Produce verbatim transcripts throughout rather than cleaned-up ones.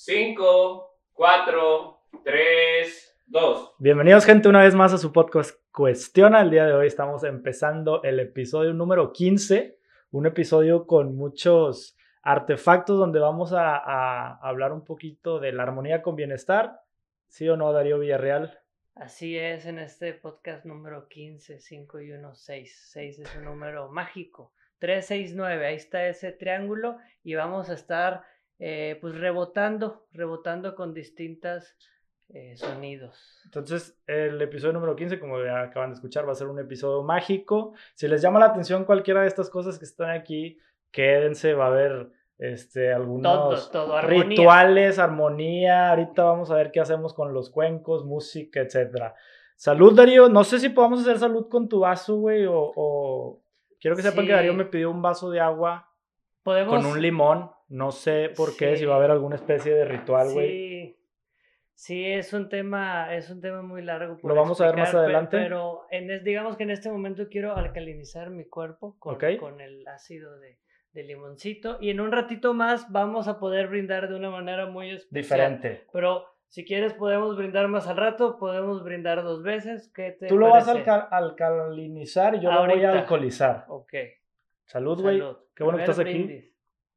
cinco, cuatro, tres, dos. Bienvenidos, gente, una vez más a su podcast Cuestiona. El día de hoy estamos empezando el episodio número quince, un episodio con muchos artefactos donde vamos a, a hablar un poquito de la armonía con bienestar. ¿Sí o no, Darío Villarreal? Así es, en este podcast número quince, cinco y uno, seis. seis es un número mágico. tres, seis, nueve, ahí está ese triángulo y vamos a estar eh, pues rebotando, rebotando con distintos eh, sonidos. Entonces, el episodio número quince, como ya acaban de escuchar, va a ser un episodio mágico. Si les llama la atención cualquiera de estas cosas que están aquí, quédense, va a haber este, algunos todo, todo, armonía. rituales, armonía. Ahorita vamos a ver qué hacemos con los cuencos, música, etcétera. Salud, Darío. No sé si podamos hacer salud con tu vaso, güey, o, o... Quiero que sepan Sí. que Darío me pidió un vaso de agua Podemos... con un limón. No sé por qué, Sí. si va a haber alguna especie de ritual, güey. Sí. Sí, es un tema, es un tema muy largo. Lo vamos a ver más adelante. Pero en es, digamos que en este momento quiero alcalinizar mi cuerpo con, okay. con el ácido de, de limoncito. Y en un ratito más vamos a poder brindar de una manera muy especial. Diferente. Pero si quieres podemos brindar más al rato, podemos brindar dos veces. ¿Qué te Tú lo parece? vas a alca- alcalinizar y yo Ahorita. lo voy a alcoholizar. Ok. Salud, güey. Qué bueno que estás aquí. Brindis.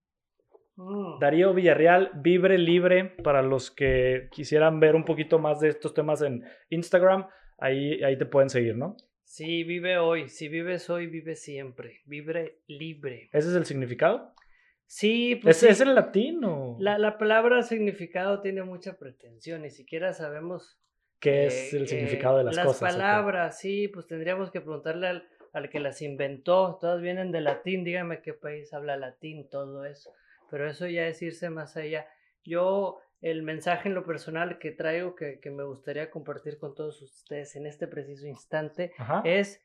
Mm. Darío Villarreal, Vibre Libre, para los que quisieran ver un poquito más de estos temas en Instagram, ahí, ahí te pueden seguir, ¿no? Sí, vive hoy. Si vives hoy, vive siempre. Vibre libre. ¿Ese es el significado? Sí, pues ¿Ese sí. es el latín o...? La, la palabra significado tiene mucha pretensión, ni siquiera sabemos... ¿Qué eh, es el significado de las, las cosas? Las palabras, okay. Sí, pues tendríamos que preguntarle al, al que las inventó. Todas vienen de latín, dígame qué país habla latín, todo eso. Pero eso ya es irse más allá. Yo, el mensaje en lo personal que traigo, que, que me gustaría compartir con todos ustedes en este preciso instante, Ajá. es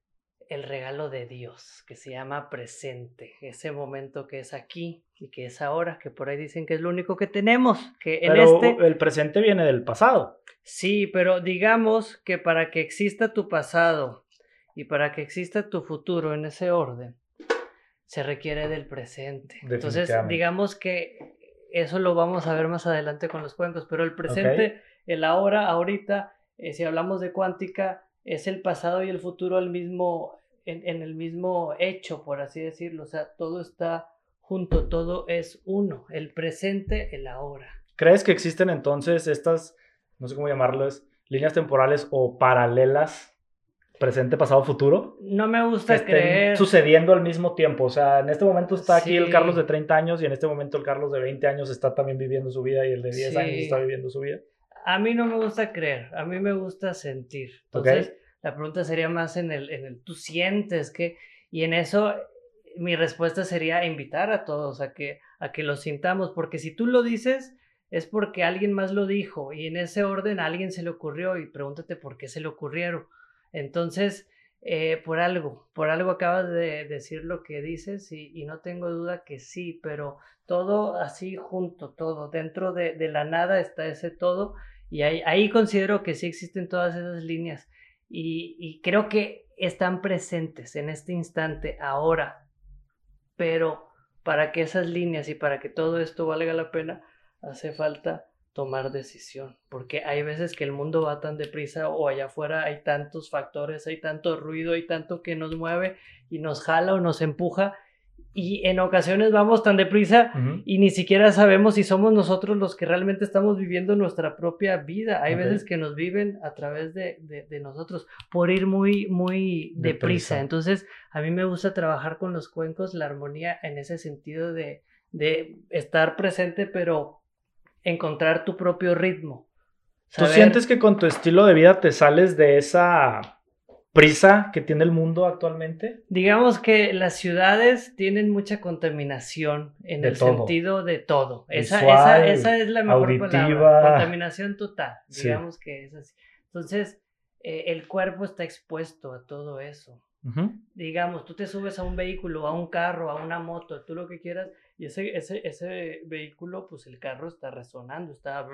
el regalo de Dios, que se llama presente. Ese momento que es aquí y que es ahora, que por ahí dicen que es lo único que tenemos. Que en pero este... el presente viene del pasado. Sí, pero digamos que para que exista tu pasado y para que exista tu futuro en ese orden, se requiere del presente. Entonces, digamos que eso lo vamos a ver más adelante con los cuencos, pero el presente, okay. El ahora, ahorita, eh, si hablamos de cuántica, es el pasado y el futuro al mismo, en, en el mismo hecho, por así decirlo. O sea, todo está junto, todo es uno, el presente, el ahora. ¿Crees que existen entonces estas, no sé cómo llamarlas, líneas temporales o paralelas? Presente, pasado, futuro. No me gusta que creer. Sucediendo al mismo tiempo. O sea, en este momento está aquí sí. el Carlos de treinta años y en este momento el Carlos de veinte años está también viviendo su vida y el de diez sí. años está viviendo su vida. A mí no me gusta creer, a mí me gusta sentir. Entonces, okay. La pregunta sería más en el, en el tú sientes que, y en eso mi respuesta sería invitar a todos a que, a que lo sintamos, porque si tú lo dices es porque alguien más lo dijo y en ese orden a alguien se le ocurrió y pregúntate por qué se le ocurrieron. Entonces, eh, por algo, por algo acabas de decir lo que dices y, y no tengo duda que sí, pero todo así junto, todo, dentro de, de la nada está ese todo y ahí, ahí considero que sí existen todas esas líneas y, y creo que están presentes en este instante, ahora, pero para que esas líneas y para que todo esto valga la pena, hace falta tomar decisión, porque hay veces que el mundo va tan deprisa o allá afuera hay tantos factores, hay tanto ruido, hay tanto que nos mueve y nos jala o nos empuja y en ocasiones vamos tan deprisa uh-huh. y ni siquiera sabemos si somos nosotros los que realmente estamos viviendo nuestra propia vida. Hay okay. veces que nos viven a través de, de, de nosotros por ir muy, muy deprisa. deprisa. Entonces a mí me gusta trabajar con los cuencos, la armonía en ese sentido de, de estar presente, pero encontrar tu propio ritmo. Saber... ¿Tú sientes que con tu estilo de vida te sales de esa prisa que tiene el mundo actualmente? Digamos que las ciudades tienen mucha contaminación en de el todo. sentido de todo. Esa, Visual, esa, esa es la mejor auditiva. palabra. Contaminación total. Sí. Digamos que es así. Entonces, eh, el cuerpo está expuesto a todo eso. Uh-huh. Digamos, tú te subes a un vehículo, a un carro, a una moto, tú lo que quieras, y ese, ese, ese vehículo, pues el carro está resonando, está...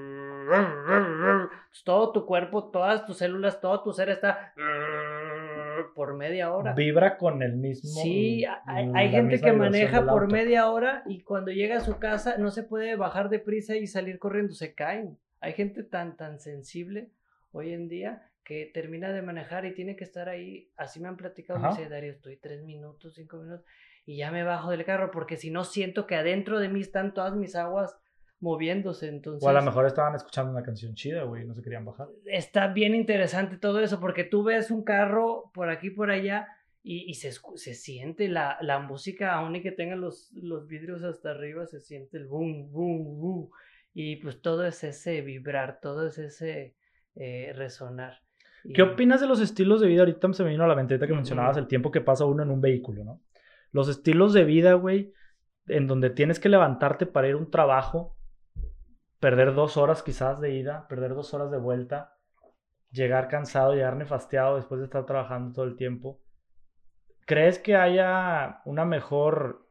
Todo tu cuerpo, todas tus células, todo tu ser está... por, por media hora. Vibra con el mismo... Sí, hay, hay gente que maneja por media hora y cuando llega a su casa no se puede bajar de prisa y salir corriendo, se caen. Hay gente tan, tan sensible hoy en día que termina de manejar y tiene que estar ahí. Así me han platicado, me dice, Darío, estoy tres minutos, cinco minutos y ya me bajo del carro porque si no siento que adentro de mí están todas mis aguas moviéndose, entonces... O a lo mejor estaban escuchando una canción chida, güey, y no se querían bajar. Está bien interesante todo eso, porque tú ves un carro por aquí, por allá, y, y se, se siente la, la música, aun y que tengan los, los vidrios hasta arriba, se siente el boom, boom, boom, y pues todo es ese vibrar, todo es ese eh, resonar. Y... ¿Qué opinas de los estilos de vida? Ahorita se me vino a la mente ahorita que uh-huh. mencionabas el tiempo que pasa uno en un vehículo, ¿no? Los estilos de vida, güey, en donde tienes que levantarte para ir a un trabajo, perder dos horas quizás de ida, perder dos horas de vuelta, llegar cansado, llegar nefasteado después de estar trabajando todo el tiempo. ¿Crees que haya una mejor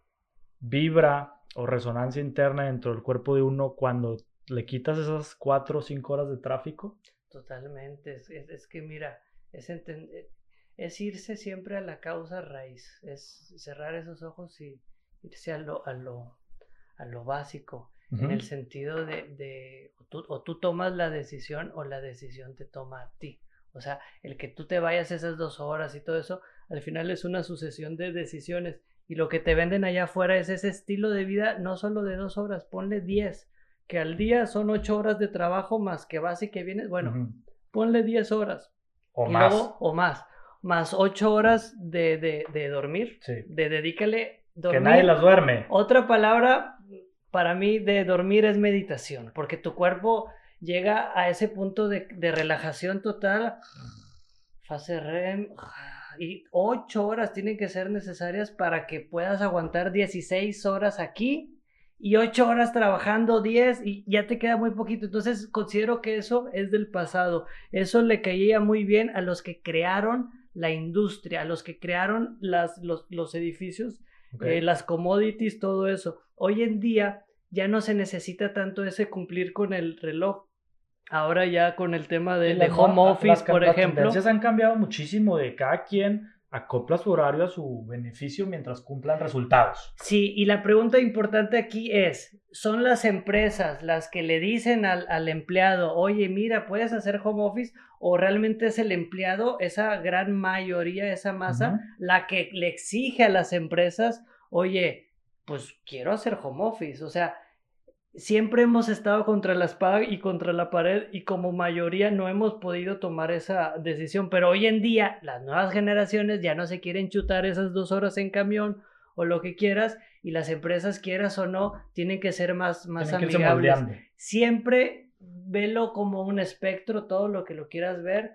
vibra o resonancia interna dentro del cuerpo de uno cuando le quitas esas cuatro o cinco horas de tráfico? Totalmente. Es, es, es que mira, es, entender, es irse siempre a la causa raíz, es cerrar esos ojos y irse a lo, a lo, a lo básico. Uh-huh. En el sentido de, de o, tú, o tú tomas la decisión o la decisión te toma a ti. O sea, el que tú te vayas esas dos horas y todo eso, al final es una sucesión de decisiones. Y lo que te venden allá afuera es ese estilo de vida, no solo de dos horas, ponle diez. Que al día son ocho horas de trabajo más que vas y que vienes. Bueno, uh-huh. ponle diez horas. O y más. Luego, o más. Más ocho horas de, de, de dormir. Sí. De dedícale dormir. Que nadie las duerme. Otra palabra... Para mí de dormir es meditación, porque tu cuerpo llega a ese punto de, de relajación total, fase R E M, y ocho horas tienen que ser necesarias para que puedas aguantar dieciséis horas aquí y ocho horas trabajando diez y ya te queda muy poquito. Entonces considero que eso es del pasado. Eso le caía muy bien a los que crearon la industria, a los que crearon las, los, los edificios. Okay. Eh, las commodities, todo eso. Hoy en día ya no se necesita tanto ese cumplir con el reloj. Ahora ya con el tema de, de home no, office, las, por las ejemplo. Las tendencias han cambiado muchísimo, de cada quien acopla su horario a su beneficio mientras cumplan resultados. Sí, y la pregunta importante aquí es, ¿son las empresas las que le dicen al, al empleado, oye, mira, puedes hacer home office? ¿O realmente es el empleado, esa gran mayoría, esa masa, uh-huh. la que le exige a las empresas, oye, pues quiero hacer home office? O sea, siempre hemos estado contra la espada y contra la pared y como mayoría no hemos podido tomar esa decisión, pero hoy en día las nuevas generaciones ya no se quieren chutar esas dos horas en camión o lo que quieras, y las empresas, quieras o no, tienen que ser más, más amigables. Siempre velo como un espectro, todo lo que lo quieras ver,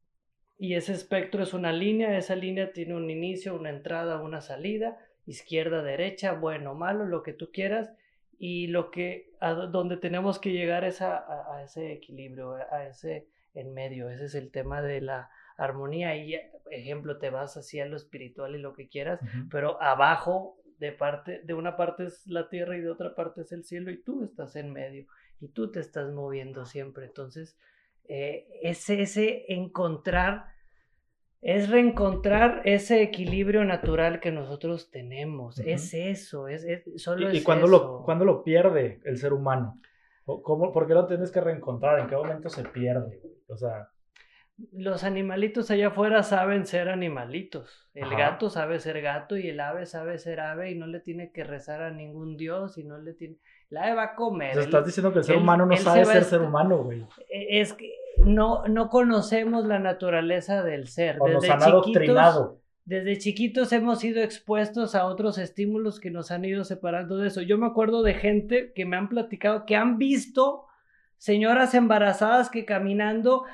y ese espectro es una línea, esa línea tiene un inicio, una entrada, una salida, izquierda, derecha, bueno, malo, lo que tú quieras, y lo que, a donde tenemos que llegar es a, a, a ese equilibrio, a ese en medio. Ese es el tema de la armonía. Y, ejemplo, te vas hacia lo espiritual y lo que quieras, uh-huh. pero abajo, de, parte, de una parte es la tierra y de otra parte es el cielo, y tú estás en medio, y tú te estás moviendo siempre. Entonces, eh, es ese encontrar... es reencontrar ese equilibrio natural que nosotros tenemos. Uh-huh. Es eso, es, es solo ¿Y, es y cuándo eso. Lo, cuándo lo pierde el ser humano? ¿Cómo, ¿Por qué lo tienes que reencontrar? ¿En qué momento se pierde? O sea... Los animalitos allá afuera saben ser animalitos. El Ajá. gato sabe ser gato y el ave sabe ser ave y no le tiene que rezar a ningún dios y no le tiene... El ave va a comer. O sea, estás él, diciendo que el ser él, humano no sabe ser est... ser humano, güey. Es que no, no conocemos la naturaleza del ser. O desde nos han chiquitos, adoctrinado. Desde chiquitos hemos sido expuestos a otros estímulos que nos han ido separando de eso. Yo me acuerdo de gente que me han platicado que han visto señoras embarazadas que caminando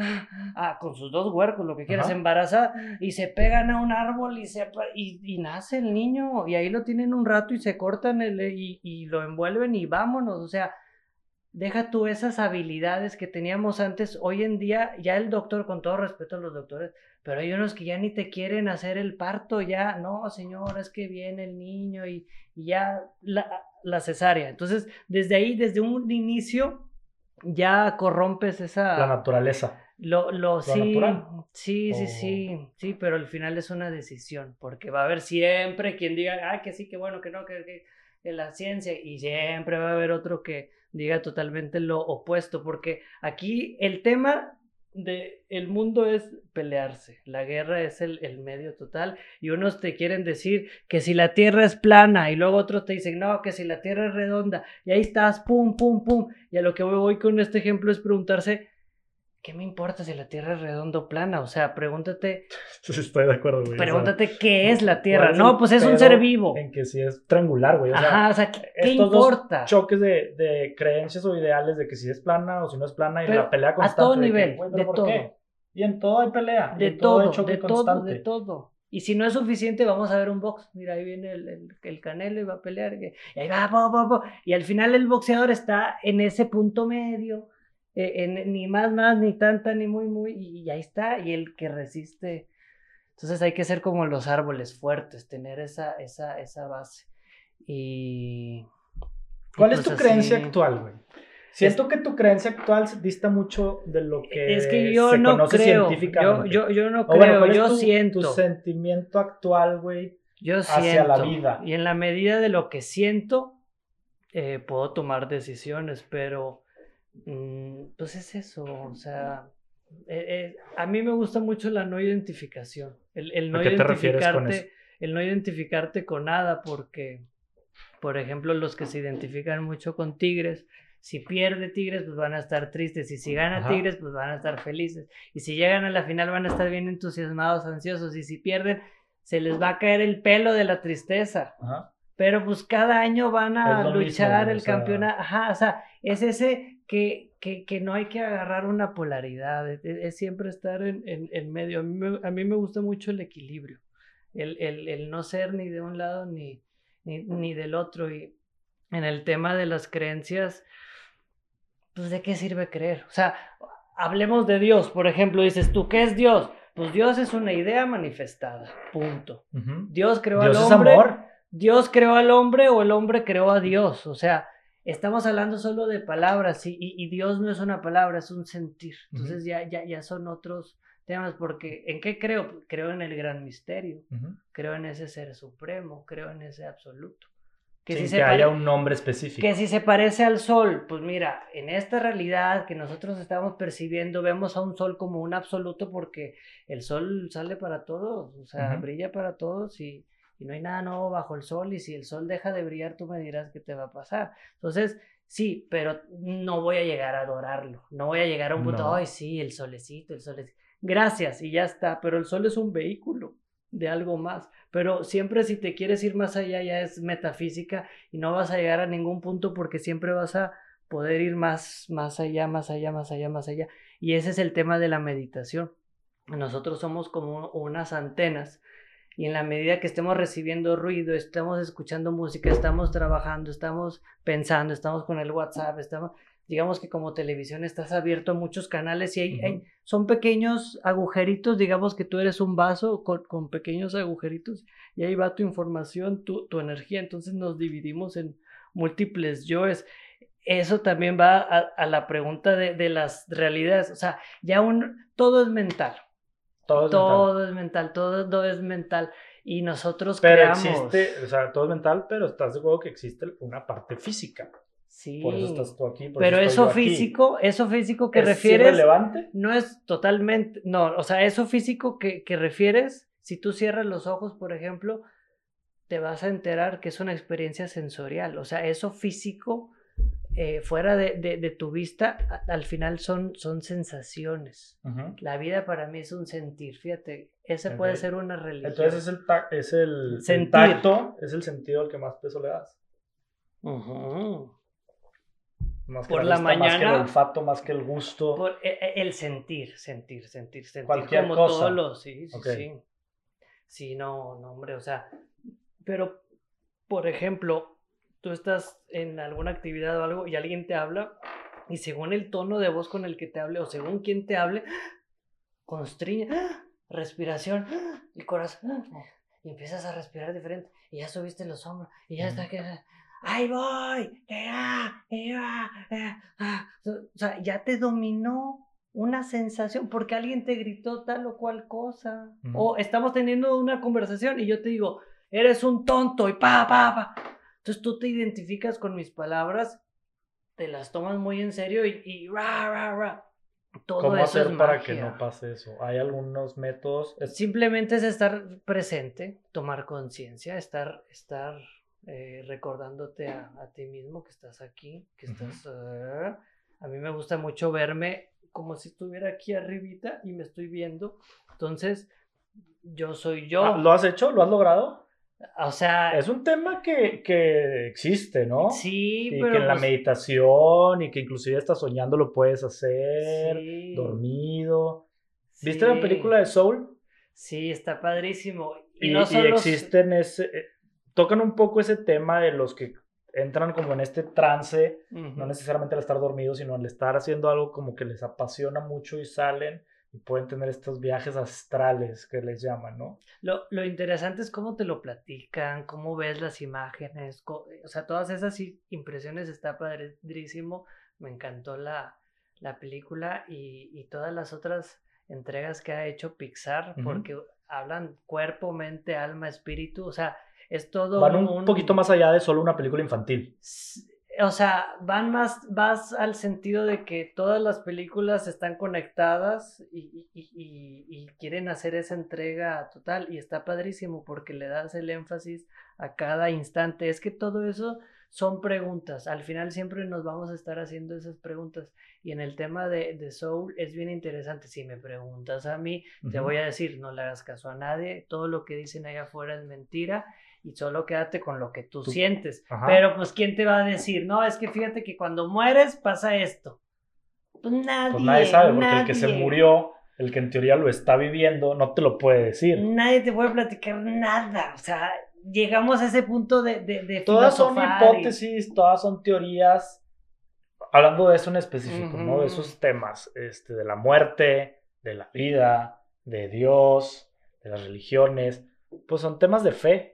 ah, con sus dos huercos, lo que quieras, embarazadas, y se pegan a un árbol y, se, y, y nace el niño, y ahí lo tienen un rato y se cortan el, y, y lo envuelven y vámonos. O sea, deja tú esas habilidades que teníamos antes. Hoy en día ya el doctor, con todo respeto a los doctores, pero hay unos que ya ni te quieren hacer el parto, ya, no señora, es que viene el niño y, y ya la, la cesárea. Entonces, desde ahí, desde un inicio, ya corrompes esa... La naturaleza. Lo, lo, ¿Lo sí, natural? sí, sí, O- sí, sí, pero al final es una decisión, porque va a haber siempre quien diga, ah, que sí, que bueno, que no, que, que, que la ciencia, y siempre va a haber otro que diga totalmente lo opuesto, porque aquí el tema de el mundo es pelearse, la guerra es el, el medio total, y unos te quieren decir que si la tierra es plana, y luego otros te dicen, no, que si la tierra es redonda, y ahí estás, pum, pum, pum, y a lo que voy con este ejemplo es preguntarse, ¿qué me importa si la Tierra es redonda o plana? O sea, pregúntate, Estoy de acuerdo, güey. O sea, pregúntate qué es la ¿cuál Tierra. es No, el pues es un pedo ser vivo. en que si es triangular, güey? O sea, Ajá, o sea, ¿qué, qué estos dos importa? choques de, de creencias o ideales de que si es plana o si no es plana y Pero la pelea a constante. todo de que, nivel, güey, ¿pero de por todo. qué? Y en todo hay pelea, y De en todo hay todo, choque de todo, constante. de todo. Y si no es suficiente, vamos a ver un box. Mira, ahí viene el, el, el Canelo y va a pelear. Y ahí va, bo, bo, bo. Y al final el boxeador está en ese punto medio. Eh, en, ni más, más, ni tanta, ni muy, muy. Y, y ahí está. Y el que resiste. Entonces hay que ser como los árboles fuertes, tener esa, esa, esa base. Y... ¿Cuál y es pues tu así... creencia actual, güey? Siento Es, que tu creencia actual dista mucho de lo que es que yo se no conoce creo. Yo, científicamente. yo, yo no O bueno, creo. ¿cuál es Yo tu, tu siento. sentimiento actual, güey, Yo hacia la siento. vida? Y en la medida de lo que siento, eh, puedo tomar decisiones, pero mm, pues es eso, o sea, eh, eh, a mí me gusta mucho la no identificación, el, el no ¿A qué te refieres con eso? identificarte, el no identificarte con nada, porque, por ejemplo, los que se identifican mucho con Tigres, si pierde Tigres, pues van a estar tristes, y si gana Ajá. Tigres, pues van a estar felices, y si llegan a la final van a estar bien entusiasmados, ansiosos, y si pierden, se les va a caer el pelo de la tristeza. Ajá. Pero pues cada año van a Es lo luchar mismo, el o sea, campeonato. Ajá, o sea, es ese que, que, que no hay que agarrar una polaridad, es, es siempre estar en, en, en medio. A mí, me, a mí me gusta mucho el equilibrio, el, el, el no ser ni de un lado ni, ni, ni del otro. Y en el tema de las creencias, pues ¿de qué sirve creer? O sea, hablemos de Dios, por ejemplo, dices tú, ¿qué es Dios? Pues Dios es una idea manifestada, punto. uh-huh. Dios creó Dios al es hombre. amor. Dios creó al hombre o el hombre creó a Dios. O sea, estamos hablando solo de palabras y, y, y Dios no es una palabra, es un sentir. Entonces uh-huh. ya, ya, ya son otros temas, porque ¿en qué creo? Creo en el gran misterio, uh-huh. creo en ese ser supremo, creo en ese absoluto. Que, Sin si que haya pare... un nombre específico. Que si se parece al sol, pues mira, en esta realidad que nosotros estamos percibiendo, vemos a un sol como un absoluto porque el sol sale para todos, o sea, uh-huh. brilla para todos y... y no hay nada nuevo bajo el sol, y si el sol deja de brillar, tú me dirás qué te va a pasar. Entonces, sí, pero no voy a llegar a adorarlo, no voy a llegar a un punto, ay, no. sí, el solecito, el solecito, gracias, y ya está, pero el sol es un vehículo de algo más, pero siempre si te quieres ir más allá, ya es metafísica, y no vas a llegar a ningún punto porque siempre vas a poder ir más, más allá, más allá, más allá, más allá, y ese es el tema de la meditación. Nosotros somos como unas antenas, y en la medida que estemos recibiendo ruido, estamos escuchando música, estamos trabajando, estamos pensando, estamos con el WhatsApp, estamos, digamos que como televisión estás abierto a muchos canales y hay, uh-huh. hay, son pequeños agujeritos, digamos que tú eres un vaso con, con pequeños agujeritos y ahí va tu información, tu, tu energía, entonces nos dividimos en múltiples yoes. Eso también va a, a la pregunta de, de las realidades, o sea, ya un, todo es mental. Todo es todo mental. es mental, todo, todo es mental. Y nosotros pero creamos... existe, o sea, todo es mental, pero estás de acuerdo que existe una parte física. Sí. Por eso estás tú aquí, por pero eso, eso estoy yo físico, aquí. eso físico que ¿Es refieres... irrelevante? No es totalmente... No, o sea, eso físico que, que refieres, si tú cierras los ojos, por ejemplo, te vas a enterar que es una experiencia sensorial. O sea, eso físico... Eh, fuera de, de, de tu vista, a, al final son, son sensaciones. Uh-huh. La vida para mí es un sentir, fíjate, ese okay. puede ser una religión. Entonces es el, ta- es el, el tacto, es el sentido al que más peso le das. Uh-huh. Más por que la, la vista, mañana, más que el olfato, más que el gusto. Por el, el sentir, sentir, sentir, sentir. Cualquier como cosa. Todos los, sí, sí, okay. sí. Sí, no, no, hombre, o sea, pero, por ejemplo, tú estás en alguna actividad o algo y alguien te habla y según el tono de voz con el que te hable o según quién te hable, constriñe, respiración, el corazón, y empiezas a respirar diferente y ya subiste los hombros y ya mm. está que... ¡Ahí voy! ¡Eh, ah, eh, ah, eh, ah! O sea, ya te dominó una sensación, porque alguien te gritó tal o cual cosa, Uh-huh. o estamos teniendo una conversación y yo te digo, eres un tonto y pa, pa, pa. Entonces tú te identificas con mis palabras, te las tomas muy en serio y, y ra, ra, ra. Todo ¿Cómo eso hacer es para magia. que no pase eso? ¿Hay algunos métodos? Simplemente es estar presente, tomar conciencia, estar, estar eh, recordándote a, a ti mismo que estás aquí, que estás... Uh-huh. Uh, a mí me gusta mucho verme como si estuviera aquí arribita y me estoy viendo. Entonces, yo soy yo. Ah, ¿lo has hecho? ¿Lo has logrado? O sea... Es un tema que, que existe, ¿no? Sí, y pero... que en la pues, meditación y que inclusive hasta soñando lo puedes hacer, sí, dormido. Sí. ¿Viste la película de Soul? Sí, está padrísimo. Y, Y, no y solo... existen ese... Eh, tocan un poco ese tema de los que entran como en este trance, uh-huh. no necesariamente al estar dormidos, sino al estar haciendo algo como que les apasiona mucho y salen y pueden tener estos viajes astrales que les llaman, ¿no? Lo, lo interesante es cómo te lo platican, cómo ves las imágenes, co- o sea, todas esas impresiones está padrísimo. Me encantó la, la película y, y todas las otras entregas que ha hecho Pixar, uh-huh. porque hablan cuerpo, mente, alma, espíritu, o sea, es todo... Van un, un poquito más allá de solo una película infantil. O sea, van más, más al sentido de que todas las películas están conectadas y, y, y, y quieren hacer esa entrega total y está padrísimo porque le das el énfasis a cada instante. Es que todo eso son preguntas. Al final siempre nos vamos a estar haciendo esas preguntas y en el tema de, de Soul es bien interesante. Si me preguntas a mí, uh-huh. te voy a decir, no le hagas caso a nadie. Todo lo que dicen allá afuera es mentira. Y solo quédate con lo que tú, tú sientes. Ajá. Pero pues, ¿quién te va a decir? No, es que fíjate que cuando mueres pasa esto. Pues nadie. Pues nadie sabe, porque nadie. el que se murió, el que en teoría lo está viviendo, no te lo puede decir. Nadie te puede platicar nada. O sea, llegamos a ese punto de, de, de todas son hipótesis, y... todas son teorías. Hablando de eso en específico, uh-huh. ¿no? De esos temas, este, de la muerte, de la vida, de Dios, de las religiones, pues son temas de fe.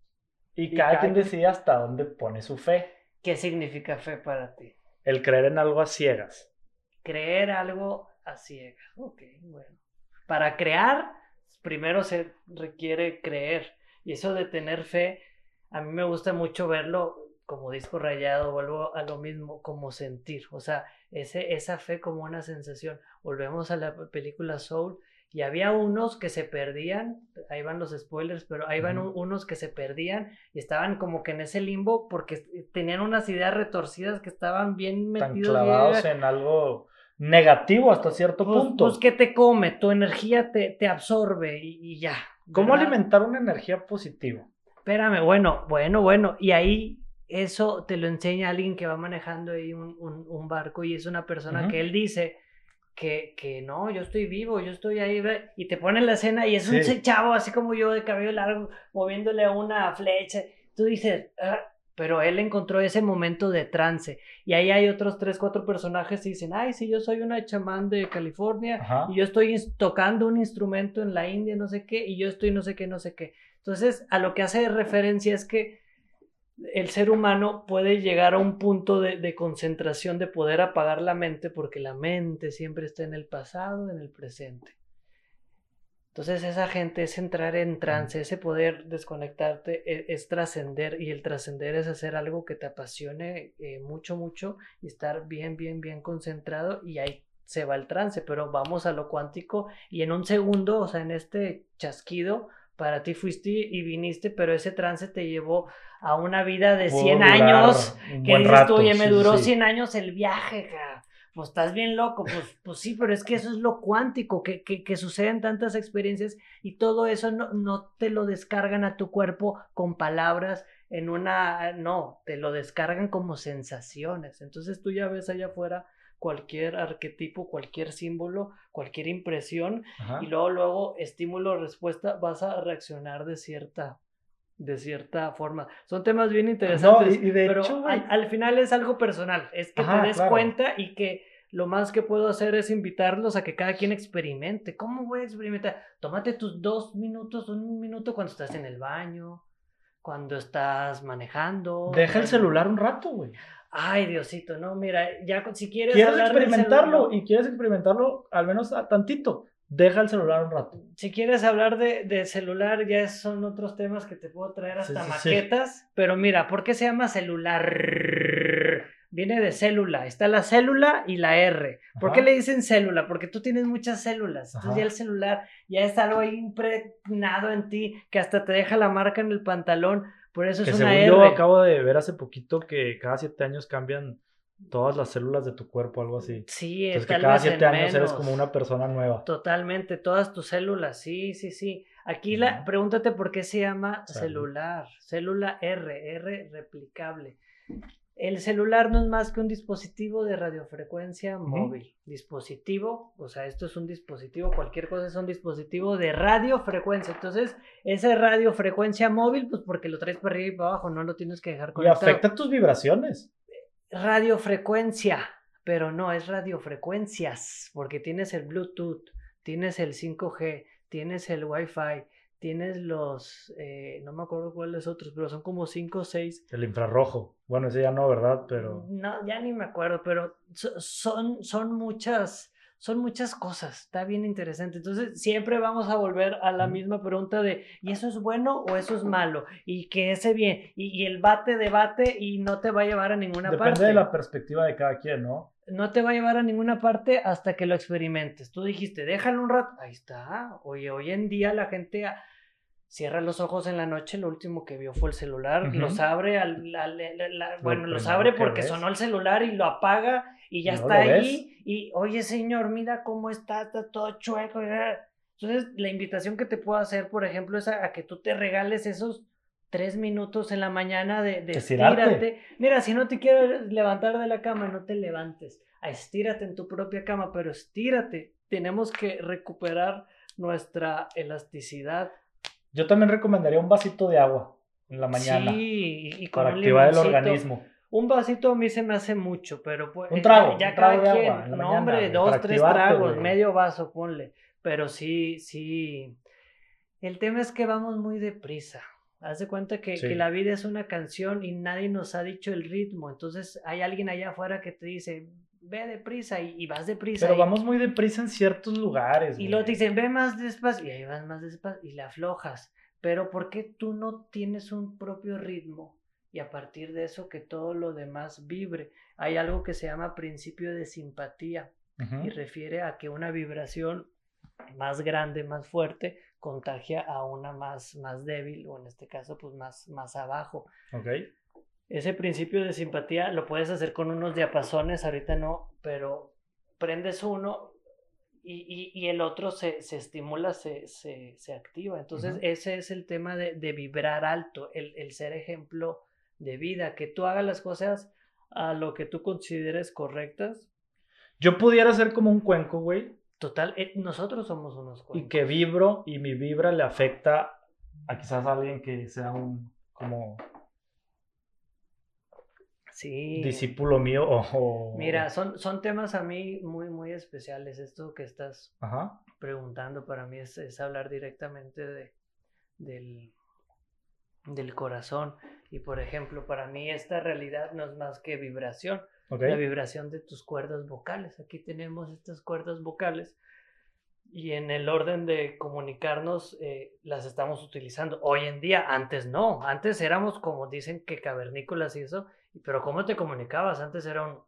Y, y cada, cada quien decide hasta dónde pone su fe. ¿Qué significa fe para ti? El creer en algo a ciegas. Creer algo a ciegas. Ok, bueno. Para crear, primero se requiere creer. Y eso de tener fe, a mí me gusta mucho verlo como disco rayado, vuelvo a lo mismo, como sentir. O sea, ese, esa fe como una sensación. Volvemos a la película Soul. Y había unos que se perdían, ahí van los spoilers, pero ahí van uh-huh. unos que se perdían y estaban como que en ese limbo porque tenían unas ideas retorcidas que estaban bien metidos. Tan clavados bien, en algo negativo hasta cierto pues, punto. Pues que te come, tu energía te, te absorbe y, y ya. ¿Cómo ¿verdad? Alimentar una energía positiva? Espérame, bueno, bueno, bueno, y ahí eso te lo enseña alguien que va manejando ahí un, un, un barco y es una persona uh-huh. que él dice... Que, que no, yo estoy vivo, yo estoy ahí, y te ponen la escena y es sí. un chavo así como yo de cabello largo moviéndole a una flecha, tú dices, ah, pero él encontró ese momento de trance y ahí hay otros tres, cuatro personajes que dicen, ay, sí, yo soy una chamán de California Ajá. y yo estoy tocando un instrumento en la India, no sé qué, y yo estoy no sé qué, no sé qué. Entonces, a lo que hace referencia es que el ser humano puede llegar a un punto de, de concentración, de poder apagar la mente, porque la mente siempre está en el pasado, en el presente. Entonces esa gente es entrar en trance, ese poder desconectarte es, es trascender, y el trascender es hacer algo que te apasione eh, mucho, mucho, y estar bien, bien, bien concentrado, y ahí se va el trance. Pero vamos a lo cuántico, y en un segundo, o sea, en este chasquido, para ti fuiste y viniste, pero ese trance te llevó a una vida de cien años, que dices tú, oye, me duró sí, sí. cien años el viaje, cara. Pues estás bien loco, pues, pues sí, pero es que eso es lo cuántico, que, que, que suceden tantas experiencias y todo eso no, no te lo descargan a tu cuerpo con palabras en una, no, te lo descargan como sensaciones. Entonces tú ya ves allá afuera cualquier arquetipo, cualquier símbolo, cualquier impresión, Ajá. y luego, luego, estímulo, respuesta, vas a reaccionar de cierta, de cierta forma. Son temas bien interesantes, no, y, y de pero hecho, al, al final es algo personal, es que Ajá, te des claro. cuenta y que lo más que puedo hacer es invitarlos a que cada quien experimente. ¿Cómo voy a experimentar? Tómate tus dos minutos, un minuto cuando estás en el baño, cuando estás manejando. Deja el celular un rato, güey. Ay, Diosito, no, mira, ya si quieres ¿Quieres hablar del experimentarlo? celular, Y quieres experimentarlo al menos a tantito. Deja el celular un rato. si quieres hablar de, de celular, ya son otros temas que te puedo traer hasta Sí, sí, sí. maquetas. Pero mira, ¿por qué se llama celular? Viene de célula. Está la célula y la R. ¿Por Ajá. qué le dicen célula? Porque tú tienes muchas células. Entonces Ajá. ya el celular ya es algo ahí impregnado en ti que hasta te deja la marca en el pantalón. Por eso Que es una según R. yo acabo de ver hace poquito que cada siete años cambian todas las células de tu cuerpo, algo así. Sí, Entonces que tal cada vez siete en años eres menos. como una persona nueva. Totalmente, todas tus células, sí, sí, sí. Aquí la, Ujú. pregúntate por qué se llama Salud. celular, célula R, R replicable. El celular no es más que un dispositivo de radiofrecuencia Ujú. móvil. Dispositivo, o sea, esto es un dispositivo, cualquier cosa es un dispositivo de radiofrecuencia. Entonces, esa radiofrecuencia móvil, pues porque lo traes para arriba y para abajo, no lo tienes que dejar Y conectado. afecta tus vibraciones. Radiofrecuencia, pero no, es radiofrecuencias, porque tienes el Bluetooth, tienes el cinco G, tienes el Wi-Fi, tienes los, eh, no me acuerdo cuáles otros, pero son como cinco o seis. El infrarrojo. Bueno, ese ya no, ¿verdad? Pero... No, ya ni me acuerdo, pero so- son, son muchas, son muchas cosas, está bien interesante. Entonces, siempre vamos a volver a la Ujú. misma pregunta de, ¿y eso es bueno o eso es malo? Y que ese bien, y, y el bate, debate, y no te va a llevar a ninguna Depende parte. de la perspectiva de cada quien, ¿no? No te va a llevar a ninguna parte hasta que lo experimentes. Tú dijiste, déjalo un rato. Ahí está. Oye, hoy en día la gente a- cierra los ojos en la noche, lo último que vio fue el celular, Ujú. los abre, al, al- la- la- Lo bueno, los primero abre que porque ves. sonó el celular y lo apaga y ya Y no está lo ves. ahí. Y, oye, señor, mira cómo está, está todo chueco. Entonces, la invitación que te puedo hacer, por ejemplo, es a, a que tú te regales esos tres minutos en la mañana de, de Estirarte. estírate. Mira, si no te quieres levantar de la cama, no te levantes. A estírate en tu propia cama, pero estírate. Tenemos que recuperar nuestra elasticidad. Yo también recomendaría un vasito de agua en la mañana. Sí, y, y con Para un activar el limoncito. organismo. Un vasito a mí se me hace mucho, pero pues Un trago, ya, ya un trago cada de quien, agua en la no mañana, hombre, güey, dos, para tres activarte, tragos, güey. medio vaso, ponle. Pero sí, sí. El tema es que vamos muy deprisa. Haz de cuenta que, Sí. que la vida es una canción y nadie nos ha dicho el ritmo. Entonces hay alguien allá afuera que te dice, ve deprisa y, y vas deprisa. Pero y, vamos muy deprisa en ciertos lugares, y güey. luego te dicen, ve más despacio. Y ahí vas más despacio y la aflojas. Pero ¿por qué tú no tienes un propio ritmo? Y a partir de eso que todo lo demás vibre. Hay algo que se llama principio de simpatía. Ujú. Y refiere a que una vibración más grande, más fuerte, contagia a una más, más débil, o en este caso, pues más, más abajo. Ok. Ese principio de simpatía lo puedes hacer con unos diapasones, ahorita no, pero prendes uno y, y, y el otro se, se estimula, se, se, se activa. Entonces, Ujú. ese es el tema de, de vibrar alto, el, el ser ejemplo de vida, que tú hagas las cosas a lo que tú consideres correctas. Yo pudiera ser como un cuenco, güey. Total, eh, nosotros somos unos cuencos. Y que vibro y mi vibra le afecta a quizás a alguien que sea un como Sí. discípulo mío o, o- Mira, son, son temas a mí muy, muy especiales. Esto que estás Ajá. preguntando para mí es, es hablar directamente de, del, del corazón. Y por ejemplo, para mí esta realidad no es más que vibración. Ok. La vibración de tus cuerdas vocales. Aquí tenemos estas cuerdas vocales y en el orden de comunicarnos eh, las estamos utilizando. Hoy en día, antes no. Antes éramos como dicen que cavernícolas y eso. Pero ¿cómo te comunicabas? Antes era un...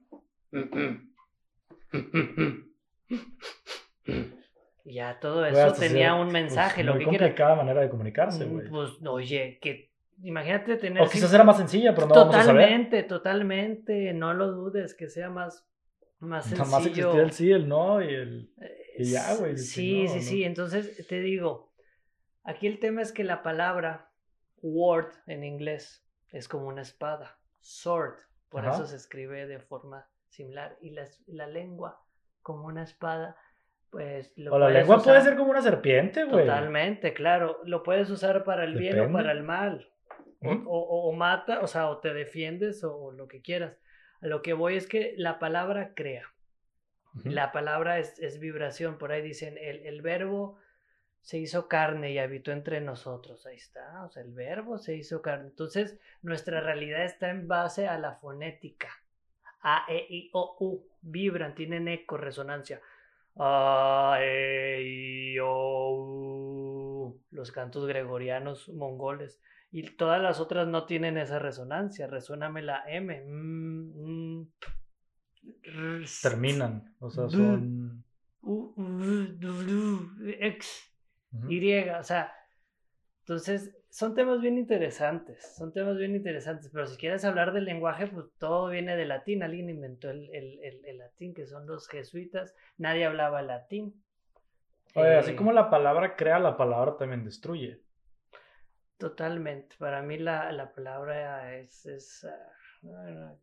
Y ya todo Güey, eso hasta tenía ser, un mensaje, pues, lo muy que quieras. complicada manera de comunicarse, güey. Pues, oye, que imagínate tener... O quizás cinco- era más sencilla, pero no vamos a saber. Totalmente, totalmente, no lo dudes, que sea más, más Nada más sencillo. existía el sí, el no y el... Eh, y ya, güey, Sí, si no, sí, no. sí. Entonces te digo, aquí el tema es que la palabra word en inglés es como una espada, sword, por Ajá. eso se escribe de forma similar. Y la, la lengua como una espada, pues lo O la puedes lengua usar- puede ser como una serpiente, güey. Totalmente, claro. Lo puedes usar para el bien o Depende. para el mal. O, Ujú. o- o mata, o sea, o te defiendes o, o lo que quieras. A lo que voy es que la palabra crea. Ujú. La palabra es, es vibración. Por ahí dicen, el, el verbo se hizo carne y habitó entre nosotros. Ahí está, o sea, el verbo se hizo carne. Entonces, nuestra realidad está en base a la fonética. A, E, I, O, U. Vibran, tienen eco, resonancia. A, E, I, O, U. Los cantos gregorianos mongoles. Y todas las otras no tienen esa resonancia. Resóname la M. Mm, mm, Terminan, o sea, son... U, V, W, X, uh-huh. Y, o sea, entonces son temas bien interesantes, son temas bien interesantes, pero si quieres hablar del lenguaje, pues todo viene del latín, alguien inventó el, el, el, el latín, que son los jesuitas, nadie hablaba latín. Oye, eh, así como la palabra crea, la palabra también destruye. Totalmente, para mí la, la palabra es... es uh,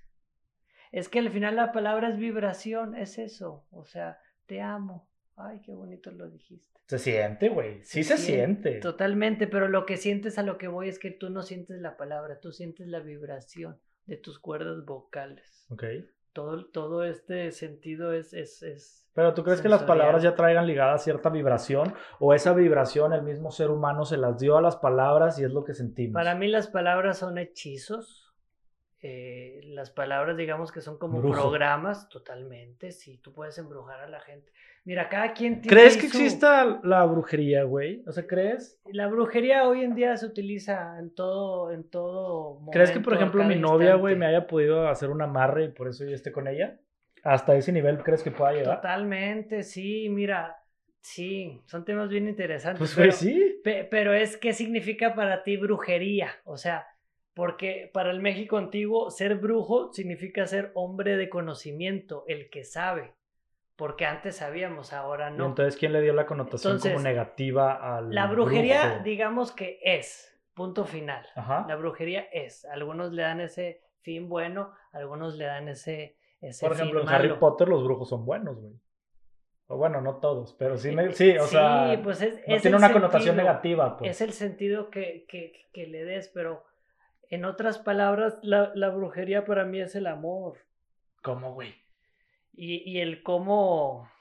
es que al final la palabra es vibración, es eso, o sea, te amo. Ay, qué bonito lo dijiste. Se siente, güey. Sí se, se siente. siente. Totalmente, pero lo que sientes, a lo que voy, es que tú no sientes la palabra, tú sientes la vibración de tus cuerdas vocales. Ok. Todo, todo este sentido es... es, es pero ¿tú crees sensorial. Que las palabras ya traigan ligada cierta vibración? ¿O esa vibración el mismo ser humano se las dio a las palabras y es lo que sentimos? Para mí las palabras son hechizos. Eh, las palabras, digamos que son como Brujo. Programas, totalmente, sí, tú puedes embrujar a la gente. Mira, cada quien tiene... ¿Crees que su... exista la brujería, güey? O sea, ¿crees? La brujería hoy en día se utiliza en todo, en todo momento. ¿Crees que, por ejemplo, mi novia, güey, me haya podido hacer un amarre y por eso yo esté con ella? ¿Hasta ese nivel crees que pueda llegar? Totalmente, sí, mira, sí, son temas bien interesantes. Pues, güey, sí. Pe- pero es, ¿qué significa para ti brujería? O sea... Porque para el México antiguo, ser brujo significa ser hombre de conocimiento, el que sabe. Porque antes sabíamos, ahora no. ¿Y entonces quién le dio la connotación entonces, como negativa al La brujería, brujo? digamos que es, punto final. Ajá. La brujería es. Algunos le dan ese fin bueno, algunos le dan ese, ese Por ejemplo, fin en malo. Harry Potter los brujos son buenos, güey. O bueno, no todos, pero sí, me, sí o sí, sea, pues es, no es tiene el una sentido, connotación negativa. Pues. Es el sentido que, que, que le des, pero... En otras palabras, la, la brujería para mí es el amor. ¿Cómo, güey? Y, y el cómo...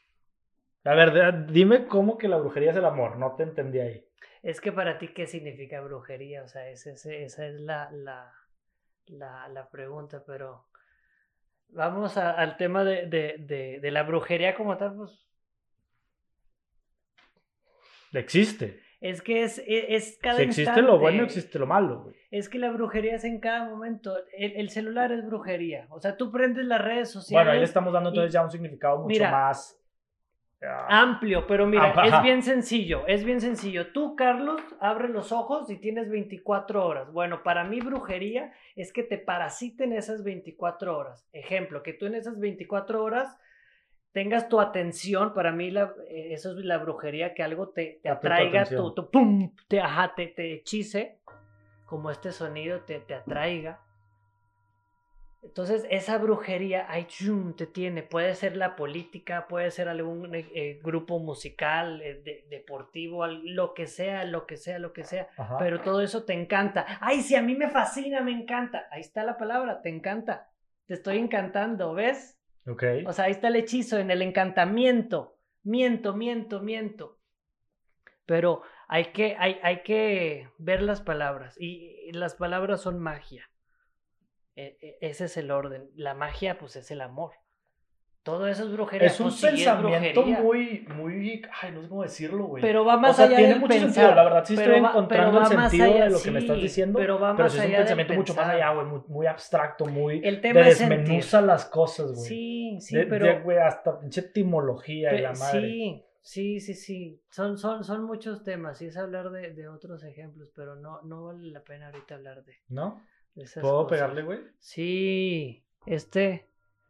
A ver, dime cómo que la brujería es el amor. No te entendí ahí. Es que para ti, ¿qué significa brujería? O sea, ese, ese, esa es la, la, la, la pregunta, pero... Vamos a, al tema de, de, de, de la brujería como tal, pues... Existe. Es que es, es, es cada si existe instante. Lo bueno, existe lo malo, güey. Es que la brujería es en cada momento. El, el celular es brujería. O sea, tú prendes las redes sociales. Bueno, ahí le estamos dando entonces y, ya un significado mucho mira, más... Uh, amplio, pero mira, ajá. es bien sencillo. Es bien sencillo. Tú, Carlos, abres los ojos y tienes veinticuatro horas. Bueno, para mí brujería es que te parasiten esas veinticuatro horas. Ejemplo, que tú en esas veinticuatro horas... tengas tu atención, para mí la, eh, eso es la brujería, que algo te, te atraiga, tu, tu pum, te, ajá, te, te hechice, como este sonido te, te atraiga. Entonces esa brujería, ay, chum, te tiene, puede ser la política, puede ser algún eh, grupo musical, eh, de, deportivo, lo que sea, lo que sea, lo que sea, ajá. Pero todo eso te encanta. Ay, sí, a mí me fascina, me encanta. Ahí está la palabra, te encanta. Te estoy encantando, ¿ves? Okay. O sea, ahí está el hechizo, en el encantamiento. Miento, miento, miento. Pero hay que, hay, hay que ver las palabras. Y las palabras son magia. E, e, ese es el orden. La magia, pues, es el amor. Todo eso es brujería. Es un pues, pensamiento sí, es muy, muy... Ay, no sé cómo decirlo, güey. Pero va más o sea, allá tiene del mucho pensar. sentido. La verdad, sí estoy va, encontrando el sentido allá, de lo sí, que me estás diciendo. Pero, va pero más sí es un allá pensamiento del mucho pensar. más allá, güey. Muy, muy abstracto, muy... El tema de es desmenuza sentir. las cosas, güey. Sí, sí, de, pero... De, güey, hasta pinche etimología Pe- y la madre. Sí, sí, sí, sí. Son, son, son muchos temas. Y es hablar de, de otros ejemplos, pero no, no vale la pena ahorita hablar de, ¿No? de esas ¿Puedo cosas. pegarle, güey? Sí, este...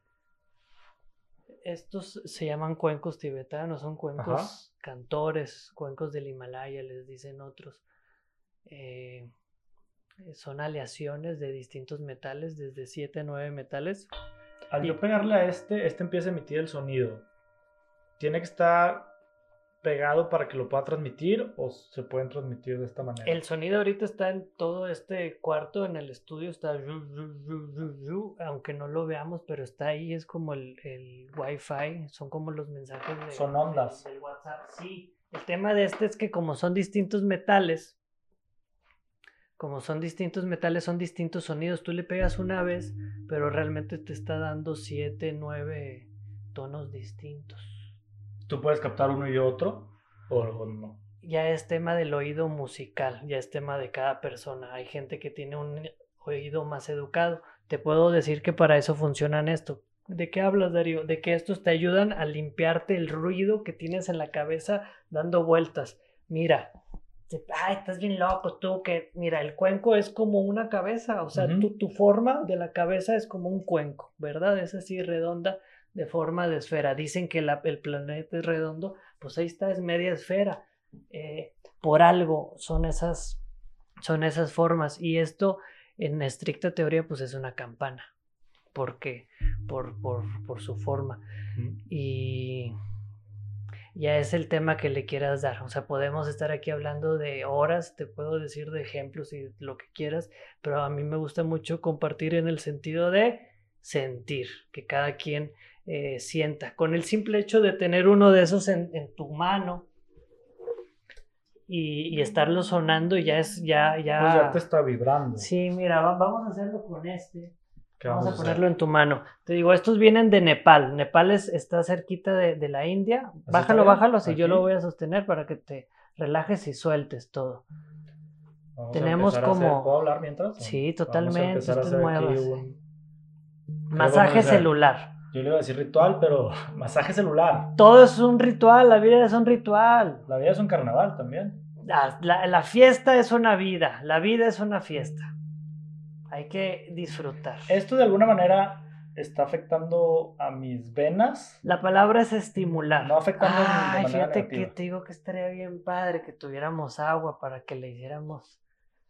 Estos se llaman cuencos tibetanos, son cuencos Ajá. cantores, cuencos del Himalaya, les dicen otros. Eh, son aleaciones de distintos metales, desde siete a nueve metales. Al y, yo pegarle a este, este empieza a emitir el sonido. ¿Tiene que estar pegado para que lo pueda transmitir o se pueden transmitir de esta manera? El sonido ahorita está en todo este cuarto, en el estudio está, aunque no lo veamos, pero está ahí, es como el, el Wi-Fi, son como los mensajes de, son ondas. de, del WhatsApp, sí, El tema de este es que como son distintos metales, como son distintos metales, son distintos sonidos. Tú le pegas una vez, pero realmente te está dando siete, nueve tonos distintos. ¿Tú puedes captar uno y otro o, o no? Ya es tema del oído musical, ya es tema de cada persona. Hay gente que tiene un oído más educado. Te puedo decir que para eso funcionan esto. ¿De qué hablas, Darío? De que estos te ayudan a limpiarte el ruido que tienes en la cabeza dando vueltas. Mira, ay, estás bien loco tú, que mira, el cuenco es como una cabeza, o sea, uh-huh. tu, tu forma de la cabeza es como un cuenco, ¿verdad? Es así redonda, de forma de esfera. Dicen que la, el planeta es redondo, pues ahí está, es media esfera. Eh, por algo son esas, son esas formas, y esto en estricta teoría pues es una campana. ¿Por qué? Por, por, por su forma. Uh-huh. Y ya es el tema que le quieras dar. O sea, podemos estar aquí hablando de horas, te puedo decir de ejemplos y lo que quieras, pero a mí me gusta mucho compartir en el sentido de sentir, que cada quien eh, sienta. Con el simple hecho de tener uno de esos en, en tu mano y, y estarlo sonando, ya es, ya, ya... Pues ya te está vibrando. Sí, mira, va, vamos a hacerlo con este. Vamos, vamos a ponerlo hacer? en tu mano. Te digo, estos vienen de Nepal. Nepal es, está cerquita de, de la India. Bájalo, bájalo, así yo lo voy a sostener para que te relajes y sueltes todo. Vamos Tenemos a como... hacer, ¿puedo hablar mientras? Sí, totalmente. Esto es un... Masaje celular. Yo le iba a decir ritual, pero masaje celular. Todo es un ritual, la vida es un ritual. La vida es un carnaval también. La, la, la fiesta es una vida, la vida es una fiesta. Hay que disfrutar. ¿Esto de alguna manera está afectando a mis venas? La palabra es estimular. No afectando Ay, de manera fíjate negativa. Que te digo que estaría bien padre que tuviéramos agua para que le hiciéramos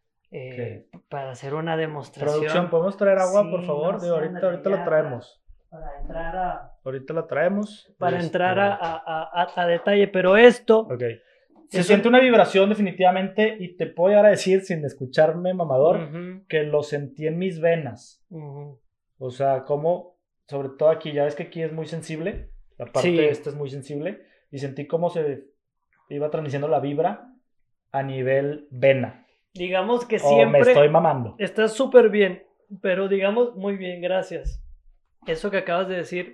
eh, para hacer una demostración. Producción, ¿podemos traer agua, sí, por favor? No, Digo, ahorita ahorita lo traemos. Para, para entrar a... Ahorita lo traemos. Para este... entrar a, a, a, a detalle, pero esto... Okay. Se siente una vibración definitivamente y te puedo llegar a decir, sin escucharme mamador, uh-huh. que lo sentí en mis venas. Uh-huh. O sea, como, sobre todo aquí, ya ves que aquí es muy sensible, la parte sí. de esta es muy sensible, y sentí cómo se iba transmitiendo la vibra a nivel vena. Digamos que siempre... O me estoy mamando. Está súper bien, pero digamos, muy bien, gracias. Eso que acabas de decir,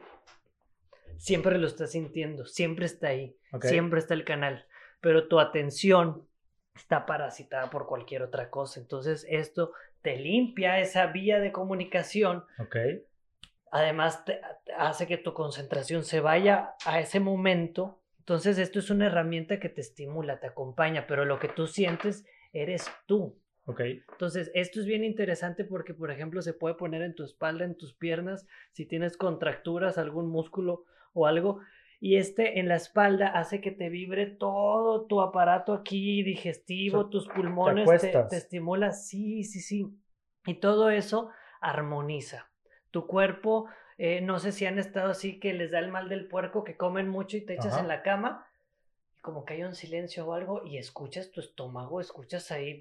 siempre lo estás sintiendo, siempre está ahí, okay. Siempre está el canal. Pero tu atención está parasitada por cualquier otra cosa. Entonces esto te limpia esa vía de comunicación. Okay. Además te, te hace que tu concentración se vaya a ese momento. Entonces esto es una herramienta que te estimula, te acompaña, pero lo que tú sientes eres tú. Okay. Entonces esto es bien interesante porque, por ejemplo, se puede poner en tu espalda, en tus piernas, si tienes contracturas, algún músculo o algo. Y este en la espalda hace que te vibre todo tu aparato aquí digestivo, o sea, tus pulmones te, te, te estimula, sí, sí, sí. Y todo eso armoniza. Tu cuerpo, eh, no sé si han estado así que les da el mal del puerco, que comen mucho y te echas Ajá. en la cama, y como que hay un silencio o algo, y escuchas tu estómago, escuchas ahí...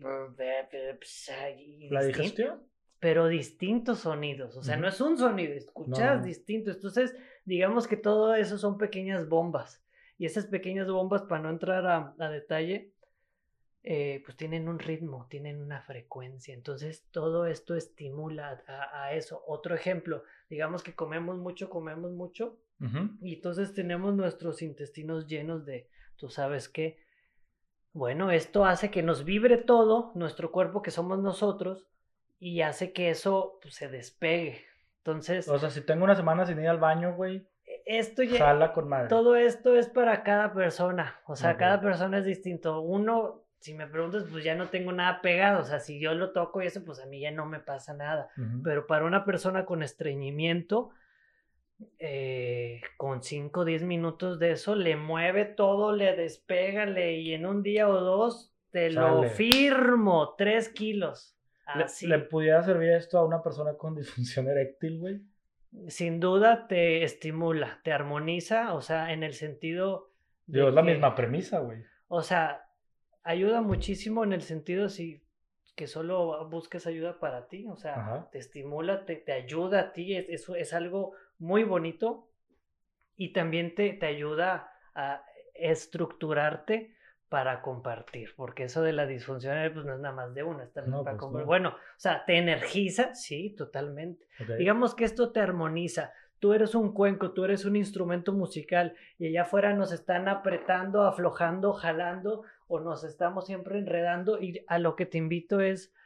¿La digestión? Pero distintos sonidos, o sea, uh-huh. no es un sonido, escuchas no. distinto. Entonces, digamos que todo eso son pequeñas bombas, y esas pequeñas bombas, para no entrar a, a detalle, eh, pues tienen un ritmo, tienen una frecuencia. Entonces, todo esto estimula a, a eso. Otro ejemplo, digamos que comemos mucho, comemos mucho, uh-huh. y entonces tenemos nuestros intestinos llenos de, tú sabes qué, bueno, esto hace que nos vibre todo, nuestro cuerpo, que somos nosotros, y hace que eso pues, se despegue. Entonces... O sea, si tengo una semana sin ir al baño, güey, esto ya, jala con madre. Todo esto es para cada persona. O sea, okay. cada persona es distinto. Uno, si me preguntas, pues ya no tengo nada pegado. O sea, si yo lo toco y eso, pues a mí ya no me pasa nada. Uh-huh. Pero para una persona con estreñimiento, eh, con cinco o diez minutos de eso, le mueve todo, le despega, le, y en un día o dos, te Sale. Lo firmo, tres kilos. ¿Le, ¿Le pudiera servir esto a una persona con disfunción eréctil, güey? Sin duda te estimula, te armoniza, o sea, en el sentido... Digo, es la que, misma premisa, güey. O sea, ayuda muchísimo en el sentido si que solo busques ayuda para ti, o sea, Ajá. te estimula, te, te ayuda a ti, es, es, es algo muy bonito, y también te, te ayuda a estructurarte para compartir, porque eso de la disfunción pues no es nada más de una, es también No, para pues compartir. no. Bueno, o sea, ¿te energiza? Sí, totalmente. Okay. Digamos que esto te armoniza. Tú eres un cuenco, tú eres un instrumento musical y allá afuera nos están apretando, aflojando, jalando o nos estamos siempre enredando y a lo que te invito es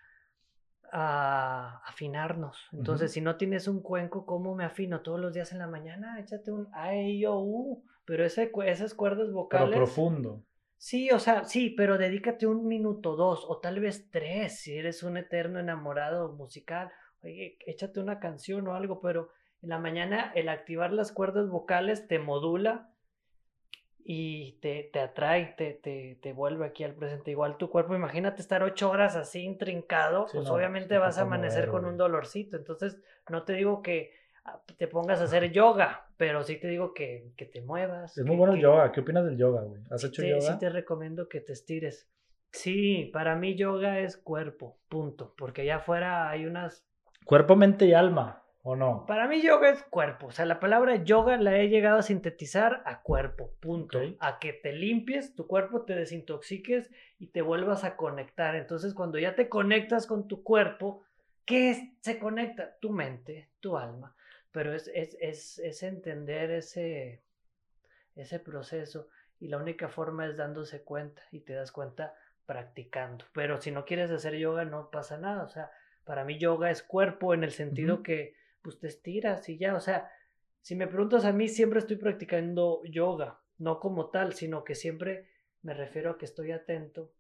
a afinarnos. Entonces, uh-huh. si no tienes un cuenco, ¿cómo me afino? Todos los días en la mañana, échate un ay, yo, uh, pero ese, esas cuerdas vocales... Pero profundo. Sí, o sea, sí, pero dedícate un minuto, dos, o tal vez tres, si eres un eterno enamorado musical. Oye, échate una canción o algo, pero en la mañana el activar las cuerdas vocales te modula y te, te atrae, te, te, te vuelve aquí al presente. Igual tu cuerpo, imagínate estar ocho horas así intrincado, sí, pues no, obviamente vas a amanecer mover, con güey. Un dolorcito. Entonces, no te digo que te pongas a hacer yoga, pero sí te digo que, que te muevas. Es que, muy bueno el que, yoga. ¿Qué opinas del yoga, güey? ¿Has sí hecho te, yoga? Sí te recomiendo que te estires. Sí, para mí yoga es cuerpo, punto. Porque allá afuera hay unas... Cuerpo, mente y alma, ¿o no? Para mí yoga es cuerpo. O sea, la palabra yoga la he llegado a sintetizar a cuerpo, punto. Okay. A que te limpies tu cuerpo, te desintoxiques y te vuelvas a conectar. Entonces, cuando ya te conectas con tu cuerpo, ¿qué es? Se conecta? Tu mente, tu alma. Pero es, es, es, es entender ese, ese proceso y la única forma es dándose cuenta y te das cuenta practicando. Pero si no quieres hacer yoga no pasa nada. O sea, para mí yoga es cuerpo en el sentido uh-huh. que pues te estiras y ya. O sea, si me preguntas a mí siempre estoy practicando yoga, no como tal, sino que siempre me refiero a que estoy atento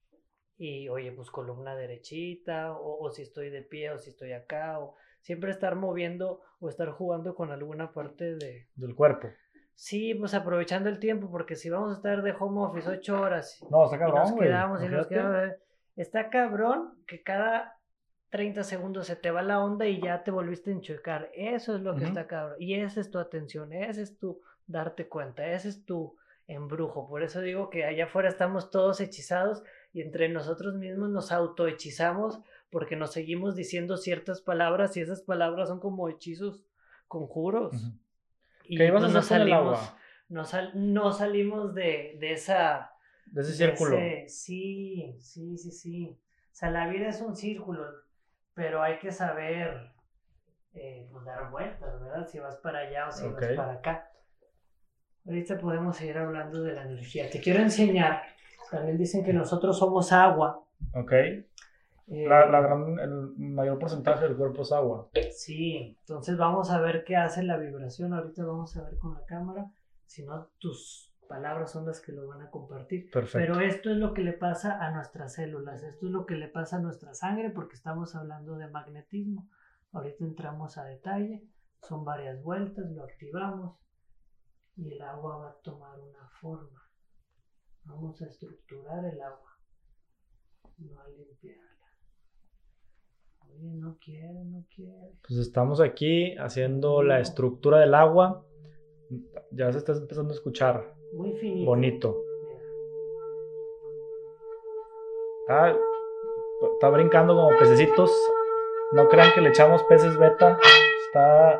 y oye, pues columna derechita o, o si estoy de pie o si estoy acá o siempre estar moviendo o estar jugando con alguna parte de... del cuerpo. Sí, pues aprovechando el tiempo, porque si vamos a estar de home office ocho horas no, está cabrón, y nos güey. quedamos y nos quedamos... Está cabrón que cada treinta segundos se te va la onda y ya te volviste a enchuecar. Eso es lo que uh-huh. está cabrón. Y esa es tu atención, ese es tu darte cuenta, ese es tu embrujo. Por eso digo que allá afuera estamos todos hechizados y entre nosotros mismos nos autohechizamos porque nos seguimos diciendo ciertas palabras y esas palabras son como hechizos, conjuros. Uh-huh. Y ¿qué ibas pues a hacer no con salimos, el agua? No, sal, no salimos de, de esa... De ese círculo. De ese, sí, sí, sí, sí. O sea, la vida es un círculo, pero hay que saber eh, pues dar vueltas, ¿verdad? Si vas para allá o si okay. vas para acá. Ahorita podemos seguir hablando de la energía. Te quiero enseñar, también dicen que nosotros somos agua. Ok. Eh, la, la gran, el mayor porcentaje del cuerpo es agua. Sí, entonces vamos a ver qué hace la vibración. Ahorita vamos a ver con la cámara. Si no, tus palabras son las que lo van a compartir. Perfecto. Pero esto es lo que le pasa a nuestras células. Esto es lo que le pasa a nuestra sangre porque estamos hablando de magnetismo. Ahorita entramos a detalle. Son varias vueltas, lo activamos y el agua va a tomar una forma. Vamos a estructurar el agua, no a limpiarla. Oye, no quiere, no quiere. Pues estamos aquí haciendo la estructura del agua. Ya se está empezando a escuchar. Muy finito. Bonito. Ah, está brincando como pececitos. No crean que le echamos peces beta. Está...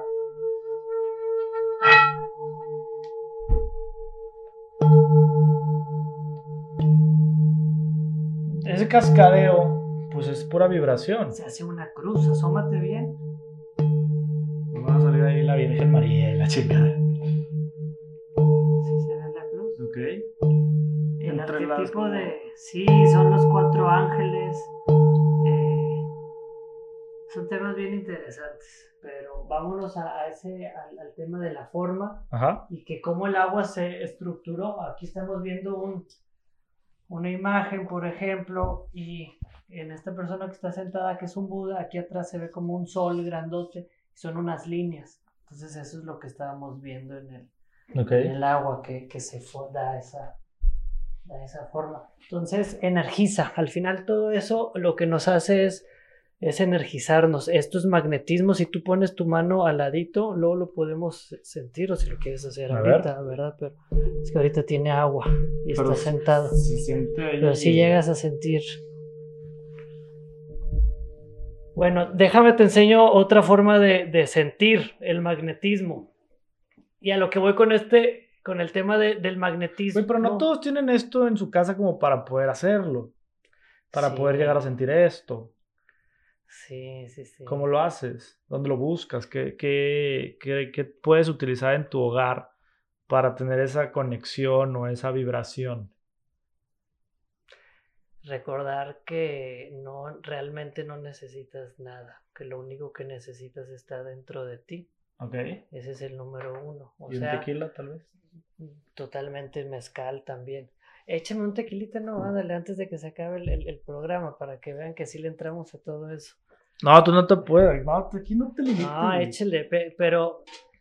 Ese cascadeo, pues es pura vibración. Se hace una cruz, asómate bien. Va a salir ahí la Virgen María y la chica. Sí se ve la cruz. Ok. El Entre arquetipo las... de... Sí, son los cuatro ángeles. Eh, son temas bien interesantes. Pero vámonos a, a ese, al, al tema de la forma. Ajá. Y que cómo el agua se estructuró. Aquí estamos viendo un... una imagen, por ejemplo, y en esta persona que está sentada, que es un Buda, aquí atrás se ve como un sol grandote, y son unas líneas. Entonces eso es lo que estábamos viendo en el, okay. en el agua, que, que se for, da, esa, da esa forma. Entonces energiza. Al final todo eso lo que nos hace es, es energizarnos. Esto es magnetismo. Si tú pones tu mano al ladito, luego lo podemos sentir, o si lo quieres hacer a ahorita, ver. ¿verdad? Pero es que ahorita tiene agua y Pero está sentado. Se siente ahí. Pero si llegas a sentir. Bueno, déjame te enseño otra forma de, de sentir el magnetismo. Y a lo que voy con este, con el tema de, del magnetismo. Güey, pero no todos tienen esto en su casa como para poder hacerlo, para Sí. poder llegar a sentir esto. Sí, sí, sí. ¿Cómo lo haces? ¿Dónde lo buscas? ¿Qué, qué, qué, qué puedes utilizar en tu hogar para tener esa conexión o esa vibración? Recordar que no, realmente no necesitas nada, que lo único que necesitas está dentro de ti. Ok. Ese es el número uno. O ¿Y sea, un tequila tal vez? Totalmente mezcal también. Échame un tequilita, no, ándale, antes de que se acabe el, el, el programa, para que vean que sí le entramos a todo eso. No, tú no te puedes. No, aquí no te limites. No, échale, pe- pero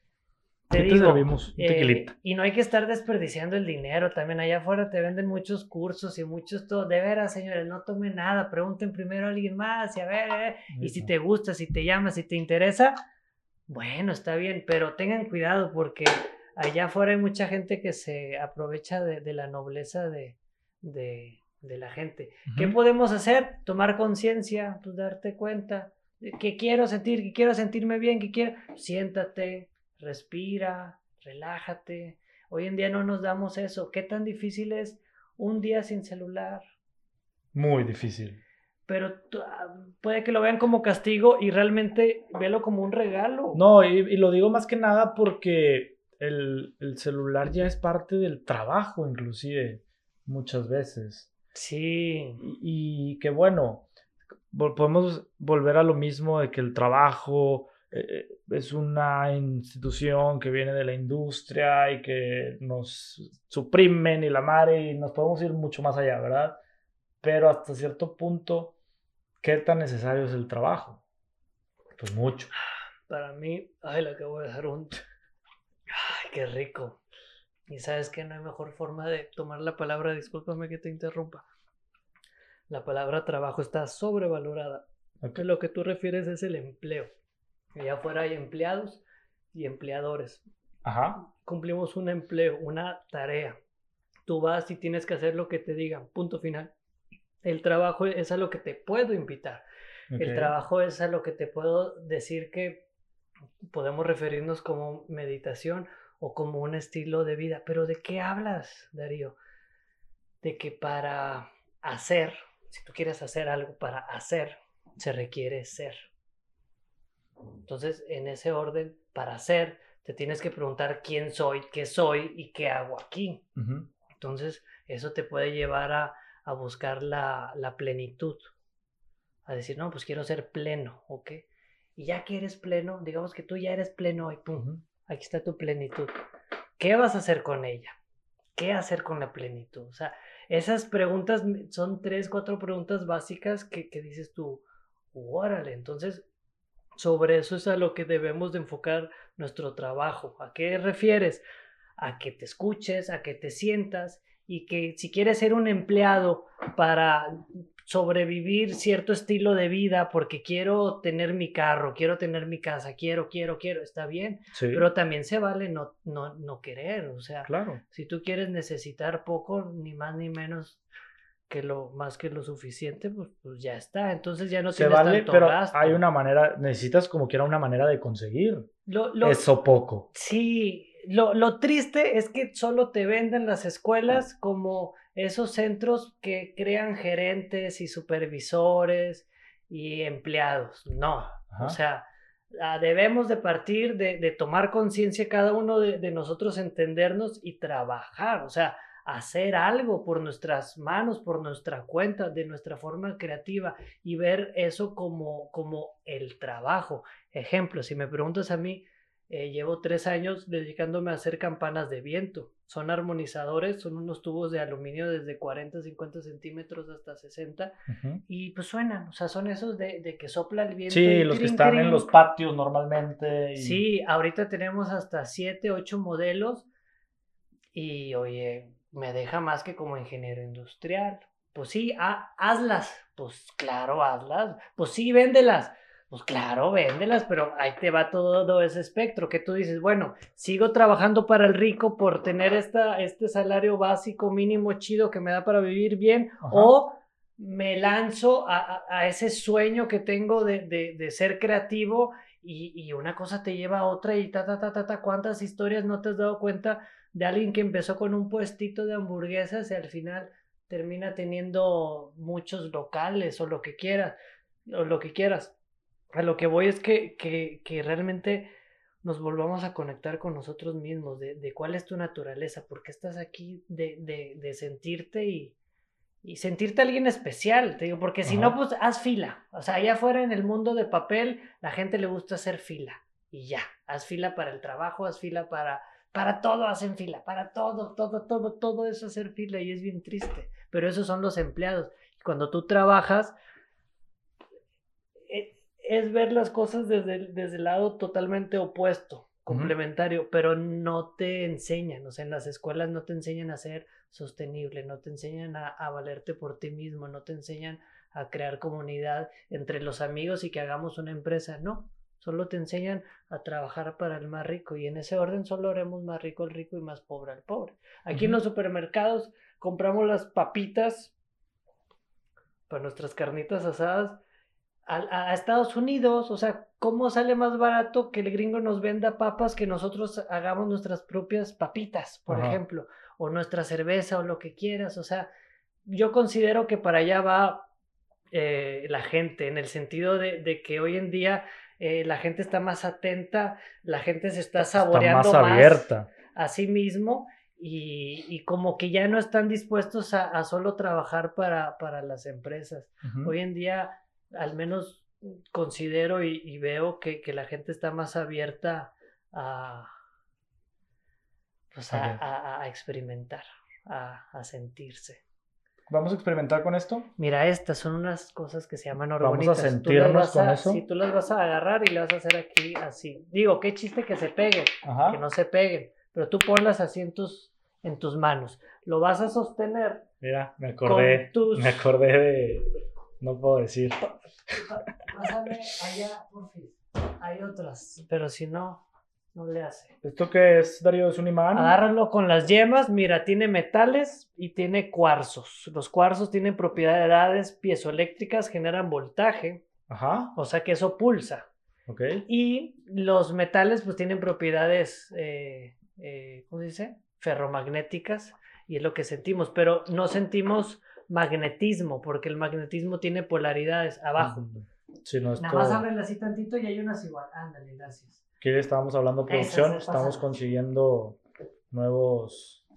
te ¿Qué te digo, servimos? Un eh, tequilita. y no hay que estar desperdiciando el dinero. También allá afuera te venden muchos cursos y muchos todo. De veras, señores, no tomen nada. Pregunten primero a alguien más y a ver, eh, y si te gusta, si te llama, si te interesa, bueno, está bien, pero tengan cuidado porque allá afuera hay mucha gente que se aprovecha de, de la nobleza de, de, de la gente. Ujú. ¿Qué podemos hacer? Tomar conciencia, pues darte cuenta de que quiero sentir, que quiero sentirme bien, que quiero. Siéntate, respira, relájate. Hoy en día no nos damos eso. ¿Qué tan difícil es un día sin celular? Muy difícil. Pero tú, ah, puede que lo vean como castigo y realmente velo como un regalo. No, y, y lo digo más que nada porque el, el celular ya es parte del trabajo, inclusive, muchas veces. Sí. Y, y que bueno, vol- podemos volver a lo mismo de que el trabajo eh, es una institución que viene de la industria y que nos suprimen y la madre y nos podemos ir mucho más allá, ¿verdad? Pero hasta cierto punto, ¿qué tan necesario es el trabajo? Pues mucho. Para mí, ay, le acabo de dejar un... Ay, qué rico. Y sabes que no hay mejor forma de tomar la palabra, discúlpame que te interrumpa. La palabra trabajo está sobrevalorada. Ok. De lo que tú refieres es el empleo. Allá afuera hay empleados y empleadores. Ajá. Cumplimos un empleo, una tarea. Tú vas y tienes que hacer lo que te digan, punto final. El trabajo es a lo que te puedo invitar. Ok. El trabajo es a lo que te puedo decir que podemos referirnos como meditación o como un estilo de vida. Pero ¿de qué hablas, Darío? De que para hacer, si tú quieres hacer algo para hacer, se requiere ser. Entonces, en ese orden, para hacer, te tienes que preguntar quién soy, qué soy y qué hago aquí. Ujú. Entonces, eso te puede llevar a, a buscar la, la plenitud. A decir, no, pues quiero ser pleno, ¿ok? Y ya que eres pleno, digamos que tú ya eres pleno y pum, Ujú. aquí está tu plenitud. ¿Qué vas a hacer con ella? ¿Qué hacer con la plenitud? O sea, esas preguntas son tres, cuatro preguntas básicas que, que dices tú, órale, entonces sobre eso es a lo que debemos de enfocar nuestro trabajo. ¿A qué refieres? A que te escuches, a que te sientas y que si quieres ser un empleado para sobrevivir cierto estilo de vida porque quiero tener mi carro, quiero tener mi casa, quiero, quiero, quiero, está bien, Sí, pero también se vale no, no, no querer, o sea, claro. si tú quieres necesitar poco, ni más ni menos que lo más que lo suficiente, pues, pues ya está, entonces ya no Se tienes vale, tanto pero gasto. hay una manera, necesitas como quiera una manera de conseguir Lo, lo, eso poco. Sí, lo, lo triste es que solo te venden las escuelas como esos centros que crean gerentes y supervisores y empleados. No, Ajá. o sea, ah, debemos de partir de, de tomar conciencia cada uno de, de nosotros, entendernos y trabajar, o sea, hacer algo por nuestras manos, por nuestra cuenta, de nuestra forma creativa y ver eso como, como el trabajo. Ejemplo, si me preguntas a mí, eh, llevo tres años dedicándome a hacer campanas de viento. Son armonizadores, son unos tubos de aluminio desde cuarenta, cincuenta centímetros hasta sesenta Ujú. y pues suenan, o sea, son esos de, de que sopla el viento. Sí, y los que crin, están crin. en los patios normalmente. Y... Sí, ahorita tenemos hasta siete, ocho modelos y oye, me deja más que como ingeniero industrial. Pues sí, ha- hazlas. Pues claro, hazlas. Pues sí, véndelas. Pues claro, véndelas, pero ahí te va todo ese espectro que tú dices, bueno, sigo trabajando para el rico por tener esta, este salario básico mínimo chido que me da para vivir bien, Ajá. o me lanzo a, a, a ese sueño que tengo de, de, de ser creativo y, y una cosa te lleva a otra y ta, ta, ta, ta, ta, ¿cuántas historias no te has dado cuenta de alguien que empezó con un puestito de hamburguesas y al final termina teniendo muchos locales o lo que quieras, o lo que quieras? A lo que voy es que, que, que realmente nos volvamos a conectar con nosotros mismos, de, de cuál es tu naturaleza, por qué estás aquí, de, de, de sentirte y, y sentirte alguien especial, te digo, porque si Ajá. no, pues haz fila. O sea, allá afuera en el mundo de papel, la gente le gusta hacer fila y ya, haz fila para el trabajo, haz fila para, para todo, hacen fila, para todo, todo, todo, todo eso hacer fila y es bien triste, pero esos son los empleados. Cuando tú trabajas, es ver las cosas desde el, desde el lado totalmente opuesto, complementario, uh-huh. pero no te enseñan, o sea, en las escuelas no te enseñan a ser sostenible, no te enseñan a, a valerte por ti mismo, no te enseñan a crear comunidad entre los amigos y que hagamos una empresa, no, solo te enseñan a trabajar para el más rico y en ese orden solo haremos más rico al rico y más pobre al pobre. Aquí uh-huh. en los supermercados compramos las papitas para nuestras carnitas asadas A, a Estados Unidos, o sea, ¿cómo sale más barato que el gringo nos venda papas que nosotros hagamos nuestras propias papitas, por Ajá. ejemplo, o nuestra cerveza o lo que quieras? O sea, yo considero que para allá va eh, la gente, en el sentido de, de que hoy en día eh, la gente está más atenta, la gente se está saboreando está más, abierta. más a sí mismo y, y como que ya no están dispuestos a, a solo trabajar para, para las empresas. Uh-huh. Hoy en día al menos considero y, y veo que, que la gente está más abierta a, pues a, okay. a, a experimentar, a, a sentirse. ¿Vamos a experimentar con esto? Mira, estas son unas cosas que se llaman orgonitas. ¿Vamos a sentirnos con a, eso? Sí, tú las vas a agarrar y las vas a hacer aquí así. Digo, qué chiste que se peguen, Ajá. que no se peguen, pero tú ponlas así en tus, en tus manos. Lo vas a sostener. Mira, me acordé, tus... me acordé de... No puedo decir. Pásame allá, porfis. Hay otras, pero si no, no le hace. ¿Esto qué es, Darío? ¿Es un imán? Agárralo con las yemas. Mira, tiene metales y tiene cuarzos. Los cuarzos tienen propiedades piezoeléctricas, generan voltaje. Ajá. O sea que eso pulsa. Ok. Y los metales pues tienen propiedades, eh, eh, ¿cómo se dice? Ferromagnéticas. Y es lo que sentimos, pero no sentimos magnetismo, porque el magnetismo tiene polaridades abajo. Sí, no, esto... Nada más ábrele así tantito y hay unas igual. Ándale, gracias. ¿Qué estábamos hablando de producción? Estamos consiguiendo nuevos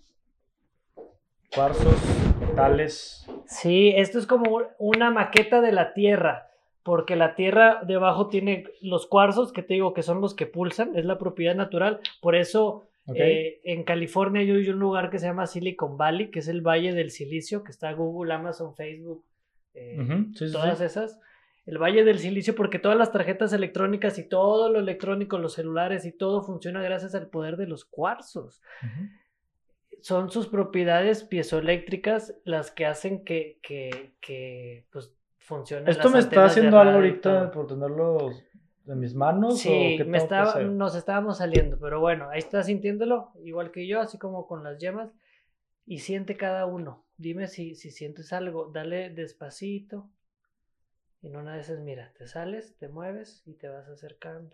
cuarzos, metales. Sí, esto es como una maqueta de la Tierra, porque la Tierra debajo tiene los cuarzos, que te digo que son los que pulsan, es la propiedad natural, por eso... Okay. Eh, en California yo hay un lugar que se llama Silicon Valley, que es el Valle del Silicio, que está Google, Amazon, Facebook, eh, uh-huh. sí, todas sí. esas. El Valle del Silicio, porque todas las tarjetas electrónicas y todo lo electrónico, los celulares y todo funciona gracias al poder de los cuarzos. Uh-huh. Son sus propiedades piezoeléctricas las que hacen que, que, que pues, funcionen. Esto me está haciendo algo ahorita por tenerlos... ¿De mis manos? Sí, ¿o qué me estaba, nos estábamos saliendo, pero bueno, ahí está sintiéndolo, igual que yo, así como con las yemas, y siente cada uno. Dime si, si sientes algo, dale despacito, y en una de esas, mira, te sales, te mueves y te vas acercando,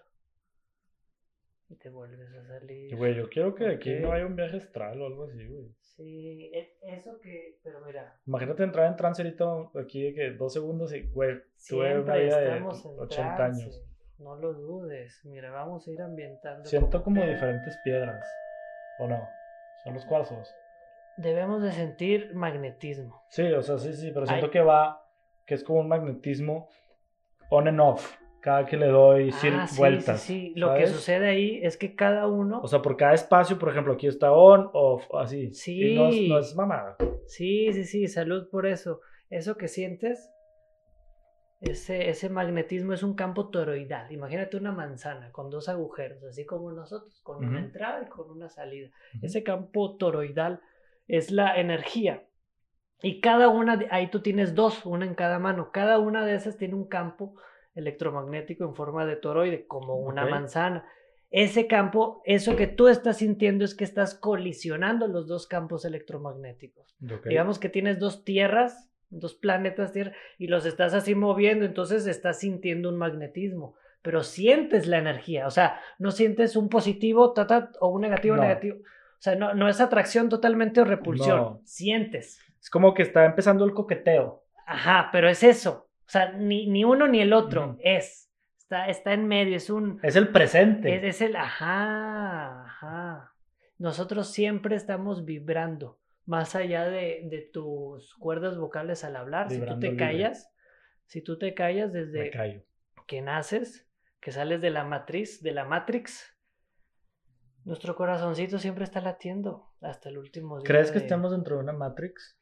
y te vuelves a salir. Güey, yo quiero que okay. aquí no haya un viaje astral o algo así, güey. Sí, eso que, pero mira. Imagínate entrar en trance ahorita, aquí de que dos segundos y, güey, tuve una vida de ochenta trance. años. No lo dudes, mira, vamos a ir ambientando. Siento como, como diferentes piedras, ¿o no? Son los cuarzos. Debemos de sentir magnetismo. Sí, o sea, sí, sí, pero siento Ay. que va, que es como un magnetismo on and off, cada que le doy ah, sí, vueltas. Sí, sí, lo ¿sabes? Que sucede ahí es que cada uno... O sea, por cada espacio, por ejemplo, aquí está on, off, así. Sí. Y no, no es mamada. Sí, sí, sí, salud por eso. Eso que sientes... Ese, ese magnetismo es un campo toroidal. Imagínate una manzana con dos agujeros, así como nosotros, con uh-huh. una entrada y con una salida. Uh-huh. Ese campo toroidal es la energía. Y cada una, de, ahí tú tienes dos, una en cada mano. Cada una de esas tiene un campo electromagnético en forma de toroide, como una okay. manzana. Ese campo, eso que tú estás sintiendo es que estás colisionando los dos campos electromagnéticos. Okay. Digamos que tienes dos tierras, dos planetas tierra, y los estás así moviendo, entonces estás sintiendo un magnetismo, pero sientes la energía, o sea, no sientes un positivo ta, ta, o un negativo No. negativo, o sea, no, no es atracción totalmente o repulsión, No. sientes. Es como que está empezando el coqueteo. Ajá, pero es eso, o sea, ni, ni uno ni el otro, Ujú. es, está, está en medio, es un... Es el presente. Es, es el, ajá, ajá. Nosotros siempre estamos vibrando, más allá de, de tus cuerdas vocales al hablar. Vibrando si tú te libre. callas, si tú te callas Me desde callo. que naces, que sales de la matriz, de la Matrix, nuestro corazoncito siempre está latiendo hasta el último día. ¿Crees que de- estemos dentro de una Matrix?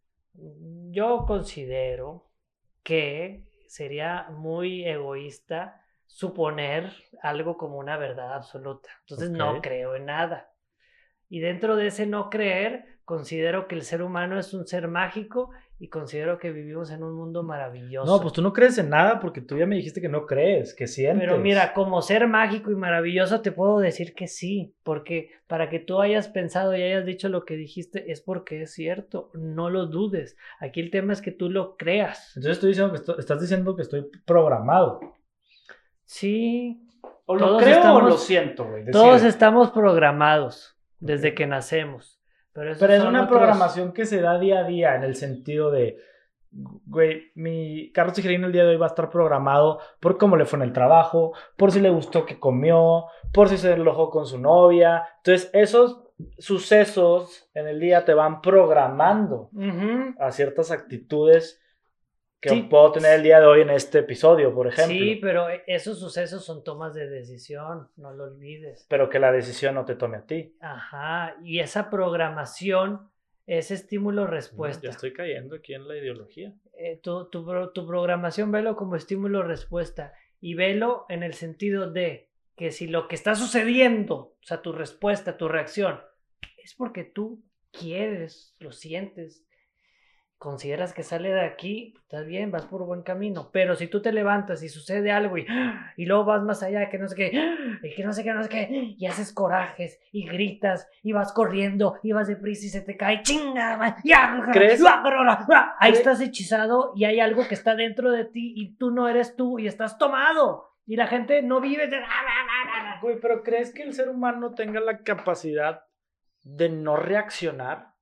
Yo considero que sería muy egoísta suponer algo como una verdad absoluta. Entonces Ok. no creo en nada. Y dentro de ese no creer, considero que el ser humano es un ser mágico y considero que vivimos en un mundo maravilloso. No, pues tú no crees en nada porque tú ya me dijiste que no crees, que sientes. Pero mira, como ser mágico y maravilloso te puedo decir que sí, porque para que tú hayas pensado y hayas dicho lo que dijiste es porque es cierto, no lo dudes. Aquí el tema es que tú lo creas. Entonces estoy diciendo que esto- estás diciendo que estoy programado. Sí, O lo Todos creo estamos- o lo siento, güey. todos decide. estamos programados desde Ok. que nacemos. Pero, esos Pero es son una otros- programación que se da día a día en el sentido de, güey, mi Carlos Tijerino el día de hoy va a estar programado por cómo le fue en el trabajo, por si le gustó que comió, por si se enojó con su novia. Entonces, esos sucesos en el día te van programando Ujú. a ciertas actitudes que Sí. puedo tener el día de hoy en este episodio, por ejemplo. Sí, pero esos sucesos son tomas de decisión, no lo olvides. Pero que la decisión no te tome a ti. Ajá, y esa programación es estímulo-respuesta. Ya estoy cayendo aquí en la ideología. Eh, tu, tu, pro- tu programación velo como estímulo-respuesta y velo en el sentido de que si lo que está sucediendo, o sea, tu respuesta, tu reacción, es porque tú quieres, lo sientes, consideras que sale de aquí, estás bien, vas por buen camino, pero si tú te levantas y sucede algo y, y luego vas más allá, que no sé qué, y que no sé qué, no sé qué, y haces corajes, y gritas, y vas corriendo, y vas deprisa y se te cae, chinga, ya, ¿Crees? ahí ¿Crees? estás hechizado y hay algo que está dentro de ti y tú no eres tú y estás tomado, y la gente no vive de... Güey, pero ¿crees que el ser humano tenga la capacidad de no reaccionar?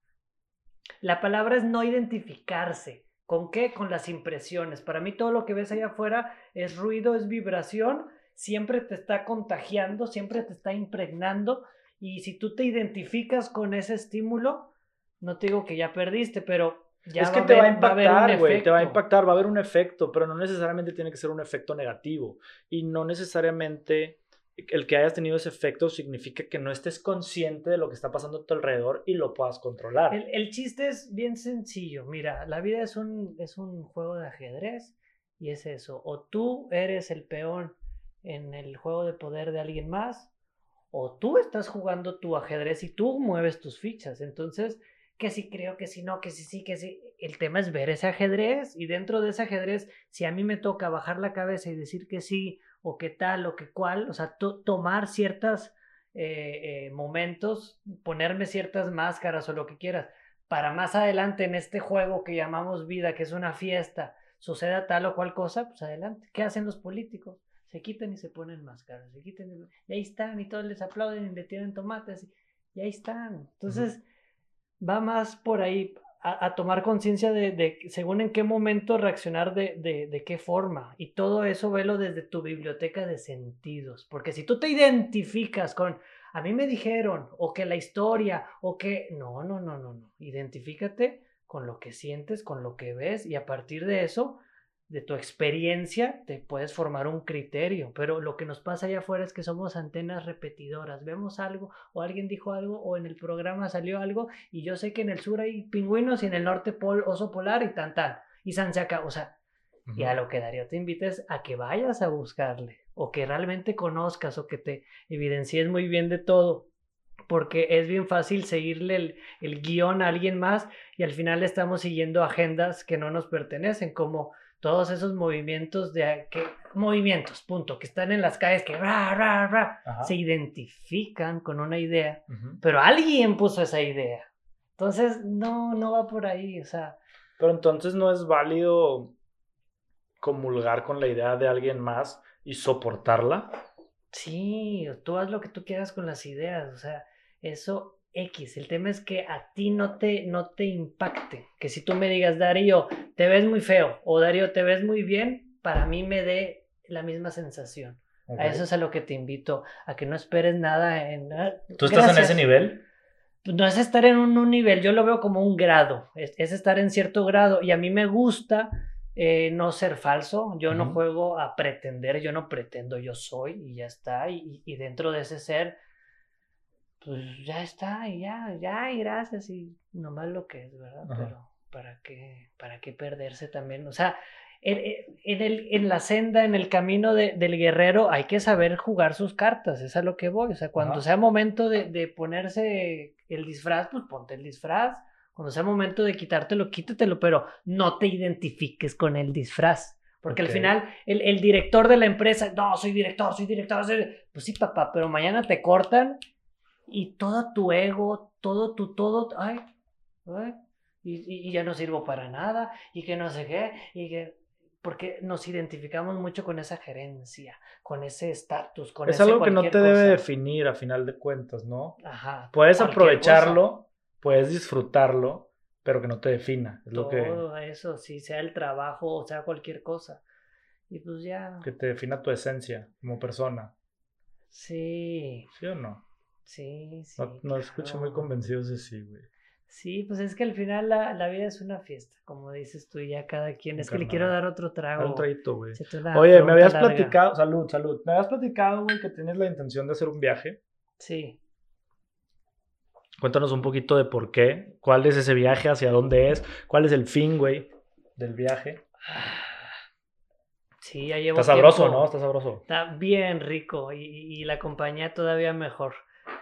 La palabra es no identificarse. ¿Con qué? Con las impresiones. Para mí todo lo que ves allá afuera es ruido, es vibración, siempre te está contagiando, siempre te está impregnando y si tú te identificas con ese estímulo, no te digo que ya perdiste, pero ya es que va te a va a haber- va a haber un impactar, güey, te va a efecto. impactar, va a haber un efecto, pero no necesariamente tiene que ser un efecto negativo. Y no necesariamente el que hayas tenido ese efecto significa que no estés consciente de lo que está pasando a tu alrededor y lo puedas controlar. El, el chiste es bien sencillo. Mira, la vida es un, es un juego de ajedrez y es eso. O tú eres el peón en el juego de poder de alguien más, o tú estás jugando tu ajedrez y tú mueves tus fichas. Entonces, que si creo, que si no, que si sí, que sí. El tema es ver ese ajedrez y dentro de ese ajedrez, si a mí me toca bajar la cabeza y decir que sí, o qué tal, o qué cual, o sea, to- tomar ciertas eh, eh, momentos, ponerme ciertas máscaras o lo que quieras, para más adelante en este juego que llamamos vida, que es una fiesta, suceda tal o cual cosa, pues adelante. ¿Qué hacen los políticos? Se quitan y se ponen máscaras, se quitan y, y ahí están y todos les aplauden y le tiran tomates y, y ahí están. Entonces, uh-huh. va más por ahí a, a tomar conciencia de, de según en qué momento reaccionar de, de, de qué forma. Y todo eso velo desde tu biblioteca de sentidos. Porque si tú te identificas con, a mí me dijeron, o que la historia, o que, no, no, no, no, no. Identifícate con lo que sientes, con lo que ves y a partir de eso, de tu experiencia, te puedes formar un criterio, pero lo que nos pasa allá afuera es que somos antenas repetidoras, vemos algo o alguien dijo algo o en el programa salió algo y yo sé que en el sur hay pingüinos y en el norte pol, oso polar y tan tan, y san se acaba, o sea, uh-huh. y a lo que Darío te invites a que vayas a buscarle o que realmente conozcas o que te evidencies muy bien de todo. Porque es bien fácil seguirle el, el guión a alguien más y al final estamos siguiendo agendas que no nos pertenecen, como todos esos movimientos de que movimientos, punto, que están en las calles que ra, ra, ra, se identifican con una idea, uh-huh. pero alguien puso esa idea. Entonces, no, no va por ahí, o sea. Pero entonces no es válido comulgar con la idea de alguien más y soportarla. Sí, tú haz lo que tú quieras con las ideas, o sea, eso X. El tema es que a ti no te, no te impacte. Que si tú me digas, Darío, te ves muy feo, o Darío, te ves muy bien, para mí me dé la misma sensación. Okay. A eso es a lo que te invito, a que no esperes nada en... ¿Tú estás Gracias. en ese nivel? No es estar en un, un nivel, yo lo veo como un grado, es, es estar en cierto grado, y a mí me gusta eh, no ser falso, yo uh-huh. no juego a pretender, yo no pretendo, yo soy, y ya está, y, y dentro de ese ser, pues ya está, y ya, ya, y gracias, y nomás lo que es, ¿verdad? Uh-huh. Pero ¿para qué, para qué perderse también? O sea, en, en, el, en la senda, en el camino de, del guerrero, hay que saber jugar sus cartas, es a lo que voy. O sea, cuando uh-huh. sea momento de, de ponerse el disfraz, pues ponte el disfraz. Cuando sea momento de quitártelo, quítatelo, pero no te identifiques con el disfraz. Porque okay. al final, el, el director de la empresa, no, soy director, soy director, soy... pues sí, papá, pero mañana te cortan y todo tu ego, todo tu, todo, ay, ay, y, y, y ya no sirvo para nada, y que no sé qué, y que... porque nos identificamos mucho con esa gerencia, con ese estatus, con es ese algo que no te cosa. debe definir a final de cuentas, ¿no? Ajá. Puedes aprovecharlo, cosa. Puedes disfrutarlo, pero que no te defina. Es Todo lo que... eso, si sea el trabajo o sea cualquier cosa. Y pues ya... que te defina tu esencia como persona. Sí. ¿Sí o no? Sí, sí. No, no claro. escucho muy convencidos de sí, güey. Sí, pues es que al final la, la vida es una fiesta, como dices tú, ya cada quien. Es que le quiero dar otro trago. Un traguito, güey. Oye, me habías larga. platicado, salud, salud. Me habías platicado, güey, que tienes la intención de hacer un viaje. Sí. Cuéntanos un poquito de por qué, cuál es ese viaje, hacia dónde es, cuál es el fin, güey, del viaje. Sí, ya llevo Está sabroso, tiempo. ¿no? Está sabroso. Está bien rico y, y la compañía todavía mejor.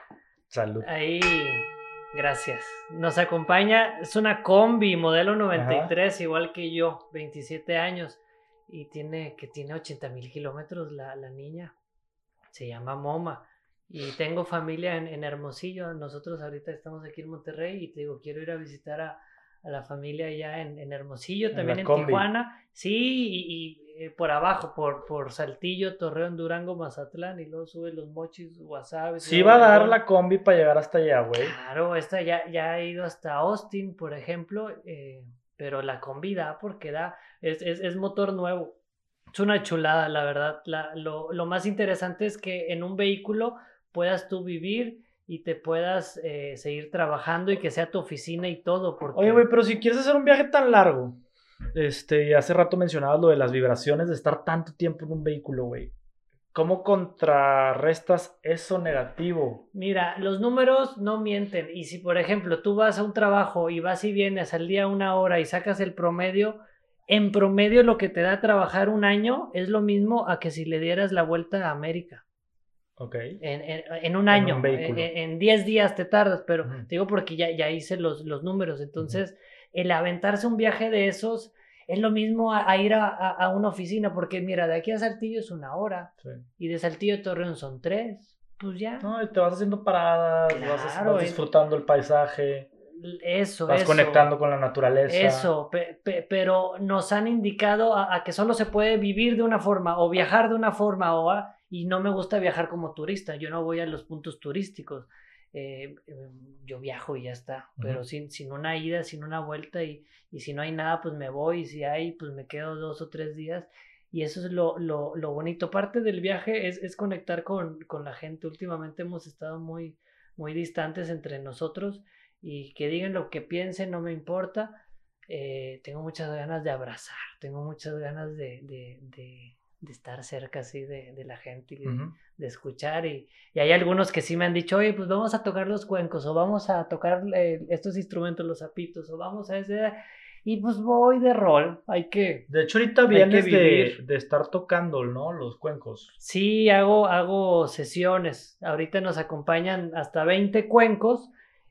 Salud. Ahí... Gracias. Nos acompaña, es una combi modelo noventa y tres, ajá. Igual que yo, veintisiete años, y tiene que tiene ochenta mil kilómetros la, la niña. Se llama Moma. Y tengo familia en, en Hermosillo. Nosotros ahorita estamos aquí en Monterrey y te digo, quiero ir a visitar a, a la familia allá en, en Hermosillo, también en, en Tijuana. Sí, y, y eh, por abajo, por, por Saltillo, Torreón, Durango, Mazatlán, y luego sube Los Mochis, Guasave. Sí va a dar la combi para llegar hasta allá, güey. Claro, esta ya, ya ha ido hasta Austin, por ejemplo, eh, pero la combi da porque da, es, es, es motor nuevo. Es una chulada, la verdad. La, lo, lo más interesante es que en un vehículo puedas tú vivir y te puedas eh, seguir trabajando y que sea tu oficina y todo. Porque... Oye, güey, pero si quieres hacer un viaje tan largo, este, hace rato mencionabas lo de las vibraciones de estar tanto tiempo en un vehículo, güey. ¿Cómo contrarrestas eso negativo? Mira, los números no mienten. Y si, por ejemplo, tú vas a un trabajo y vas y vienes al día una hora y sacas el promedio, en promedio lo que te da trabajar un año es lo mismo a que si le dieras la vuelta a América. Ok. En, en, en un año, en, un en, en diez días te tardas, pero uh-huh. te digo porque ya, ya hice los, los números. Entonces, uh-huh. el aventarse un viaje de esos es lo mismo a, a ir a, a, a una oficina, porque mira, de aquí a Saltillo es una hora, sí. y de Saltillo a Torreón son tres, pues ya. No, te vas haciendo paradas, claro, vas, vas disfrutando el paisaje. Eso, vas eso. conectando con la naturaleza. Eso, pe, pe, pero nos han indicado a, a que solo se puede vivir de una forma o viajar de una forma o a, y no me gusta viajar como turista, yo no voy a los puntos turísticos, eh, yo viajo y ya está, uh-huh. pero sin, sin una ida, sin una vuelta y, y si no hay nada pues me voy y si hay pues me quedo dos o tres días y eso es lo, lo, lo bonito. Parte del viaje es, es conectar con, con la gente. Últimamente hemos estado muy, muy distantes entre nosotros y que digan lo que piensen, no me importa. Eh, tengo muchas ganas de abrazar, tengo muchas ganas de, de, de, de estar cerca así de, de la gente y de, uh-huh. de escuchar. Y, y hay algunos que sí me han dicho, oye, pues vamos a tocar los cuencos, o vamos a tocar eh, estos instrumentos, los zapitos, o vamos a ese... Y pues voy de rol, hay que... De hecho, ahorita vienes de, de estar tocando, ¿no? Los cuencos. Sí, hago, hago sesiones. Ahorita nos acompañan hasta veinte cuencos.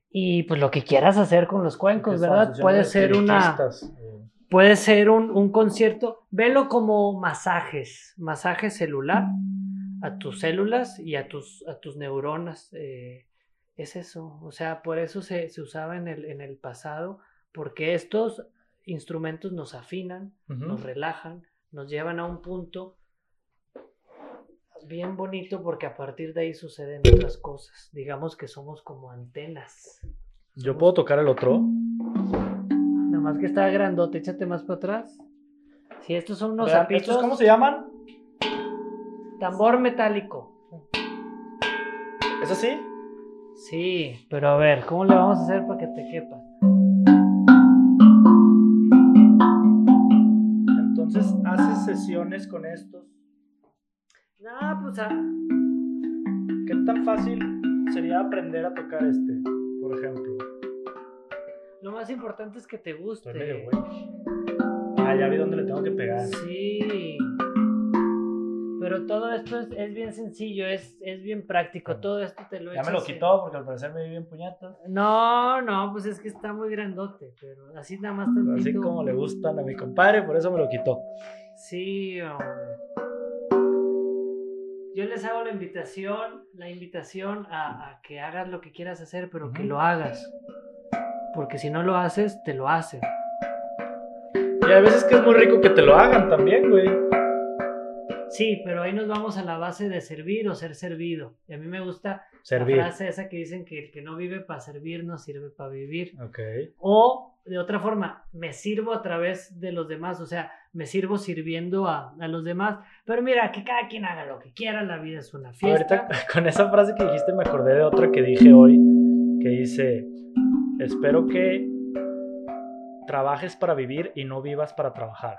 Y pues lo que quieras hacer con los cuencos, ¿verdad? Puede ser una... Puede ser un, un concierto. Velo como masajes. Masaje celular a tus células y a tus, a tus neuronas. Eh, es eso. O sea, por eso se, se usaba en el, en el pasado. Porque estos instrumentos nos afinan, uh-huh. nos relajan, nos llevan a un punto bien bonito porque a partir de ahí suceden otras cosas. Digamos que somos como antenas. ¿Yo puedo tocar el otro? Nada más que está grandote, échate más para atrás. Si estos son unos Vean, zapitos. ¿estos cómo se llaman? Tambor metálico. ¿Es así? Sí, pero a ver, ¿cómo le vamos a hacer para que te quepa? Entonces, ¿haces sesiones con estos? No, pues a... ¿Qué tan fácil sería aprender a tocar este, por ejemplo? Lo más importante es que te guste. Estoy medio güey. Ah, ya vi dónde le tengo que pegar. Sí. Pero todo esto es, es bien sencillo, es, es bien práctico. Todo esto te lo Ya echas me lo en- quitó porque al parecer me vi bien puñatas. No, no, pues es que está muy grandote, pero así nada más tantito. Así como le gustan a mi compadre, por eso me lo quitó. Sí, hombre. Yo les hago la invitación, la invitación a, a que hagas lo que quieras hacer, pero que Ujú. lo hagas. Porque si no lo haces, te lo hacen. Y hay veces que es muy rico que te lo hagan también, güey. Sí, pero ahí nos vamos a la base de servir o ser servido. Y a mí me gusta Servir. la frase esa que dicen que el que no vive para servir no sirve para vivir. Ok. O de otra forma, me sirvo a través de los demás, o sea, me sirvo sirviendo a, a los demás. Pero mira, que cada quien haga lo que quiera, la vida es una fiesta. Ahorita con esa frase que dijiste me acordé de otra que dije hoy, que dice, espero que trabajes para vivir y no vivas para trabajar.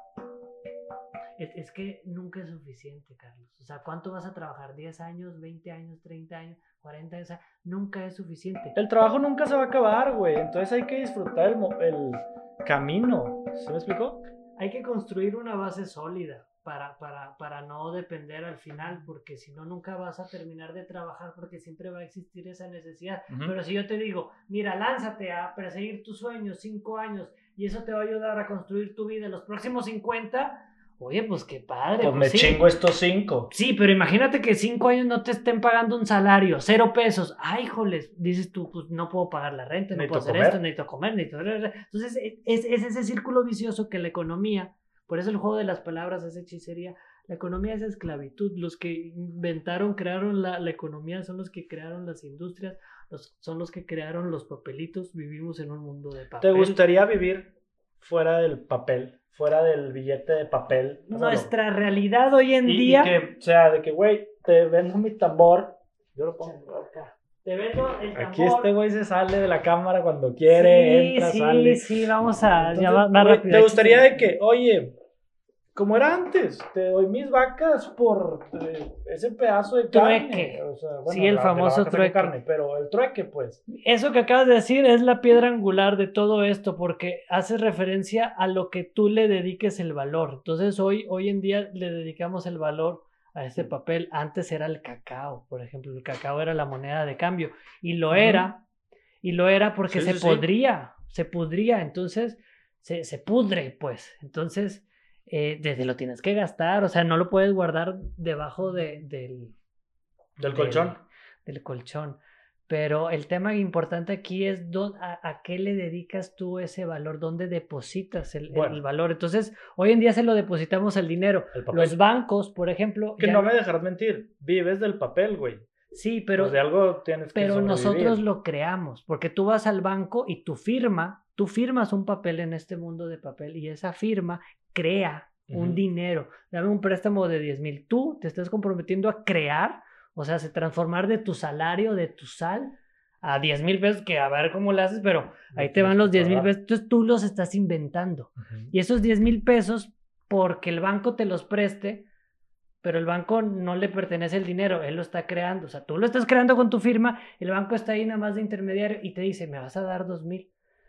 Es, es que nunca es suficiente, Carlos. O sea, ¿cuánto vas a trabajar? ¿diez años, veinte años, treinta años, cuarenta años? O sea, nunca es suficiente. El trabajo nunca se va a acabar, güey. Entonces hay que disfrutar el, mo- el camino. ¿Se me explicó? Hay que construir una base sólida para, para, para no depender al final, porque si no, nunca vas a terminar de trabajar porque siempre va a existir esa necesidad. Ujú. Pero si yo te digo, mira, lánzate a perseguir tus sueños cinco años y eso te va a ayudar a construir tu vida en los próximos cincuenta, oye, pues qué padre. Pues me sí. chingo estos cinco. Sí, pero imagínate que cinco años no te estén pagando un salario, cero pesos. Ay, híjoles, dices tú, pues no puedo pagar la renta, no Necesito puedo hacer comer. esto, necesito comer, necesito... Entonces, es, es ese círculo vicioso que la economía, por eso el juego de las palabras es hechicería. La economía es esclavitud. Los que inventaron, crearon la, la economía son los que crearon las industrias, los, son los que crearon los papelitos. Vivimos en un mundo de papel. ¿Te gustaría vivir fuera del papel? Fuera del billete de papel. O sea, Nuestra realidad hoy en y, día... y que, o sea, de que, güey, te vendo mi tambor. Yo lo pongo acá. Te vendo el tambor. Aquí este güey se sale de la cámara cuando quiere, sí, entra, sí, sale. Sí, vamos a... Entonces, ya va, va güey, rápido. ¿te gustaría de que, oye, como era antes, te doy mis vacas por eh, ese pedazo de Trueque. carne? O sea, bueno, Sí, el la- de la famoso vaca saco trueque. carne, pero el trueque, pues. Eso que acabas de decir es la piedra angular de todo esto, porque hace referencia a lo que tú le dediques el valor. Entonces, hoy, hoy en día le dedicamos el valor a ese papel. Antes era el cacao, por ejemplo. El cacao era la moneda de cambio. Y lo Ujú. era. Y lo era porque Sí, se sí, sí. podría. Se pudría. Entonces, se, se pudre, pues. Entonces, eh, desde lo tienes que gastar. O sea, no lo puedes guardar debajo de, del... Del colchón. Del colchón. Pero el tema importante aquí es dó- a, a qué le dedicas tú ese valor, dónde depositas el, el Bueno. valor. Entonces, hoy en día se lo depositamos al dinero. El papel. Los bancos, por ejemplo, Que ya- no me dejarás mentir, vives del papel, güey. sí, pero, Pues de algo tienes que pero sobrevivir. nosotros lo creamos, porque tú vas al banco y tu firma, tú firmas un papel en este mundo de papel y esa firma crea un Ujú. dinero. Dame un préstamo de diez mil. Tú te estás comprometiendo a crear, o sea, se transformar de tu salario, de tu sal, a diez mil pesos, que a ver cómo lo haces, pero ahí te van los diez mil pesos. Entonces tú los estás inventando. Ujú. Y esos diez mil pesos, porque el banco te los preste, pero el banco no le pertenece el dinero, él lo está creando. O sea, tú lo estás creando con tu firma, el banco está ahí nada más de intermediario y te dice, me vas a dar dos mil.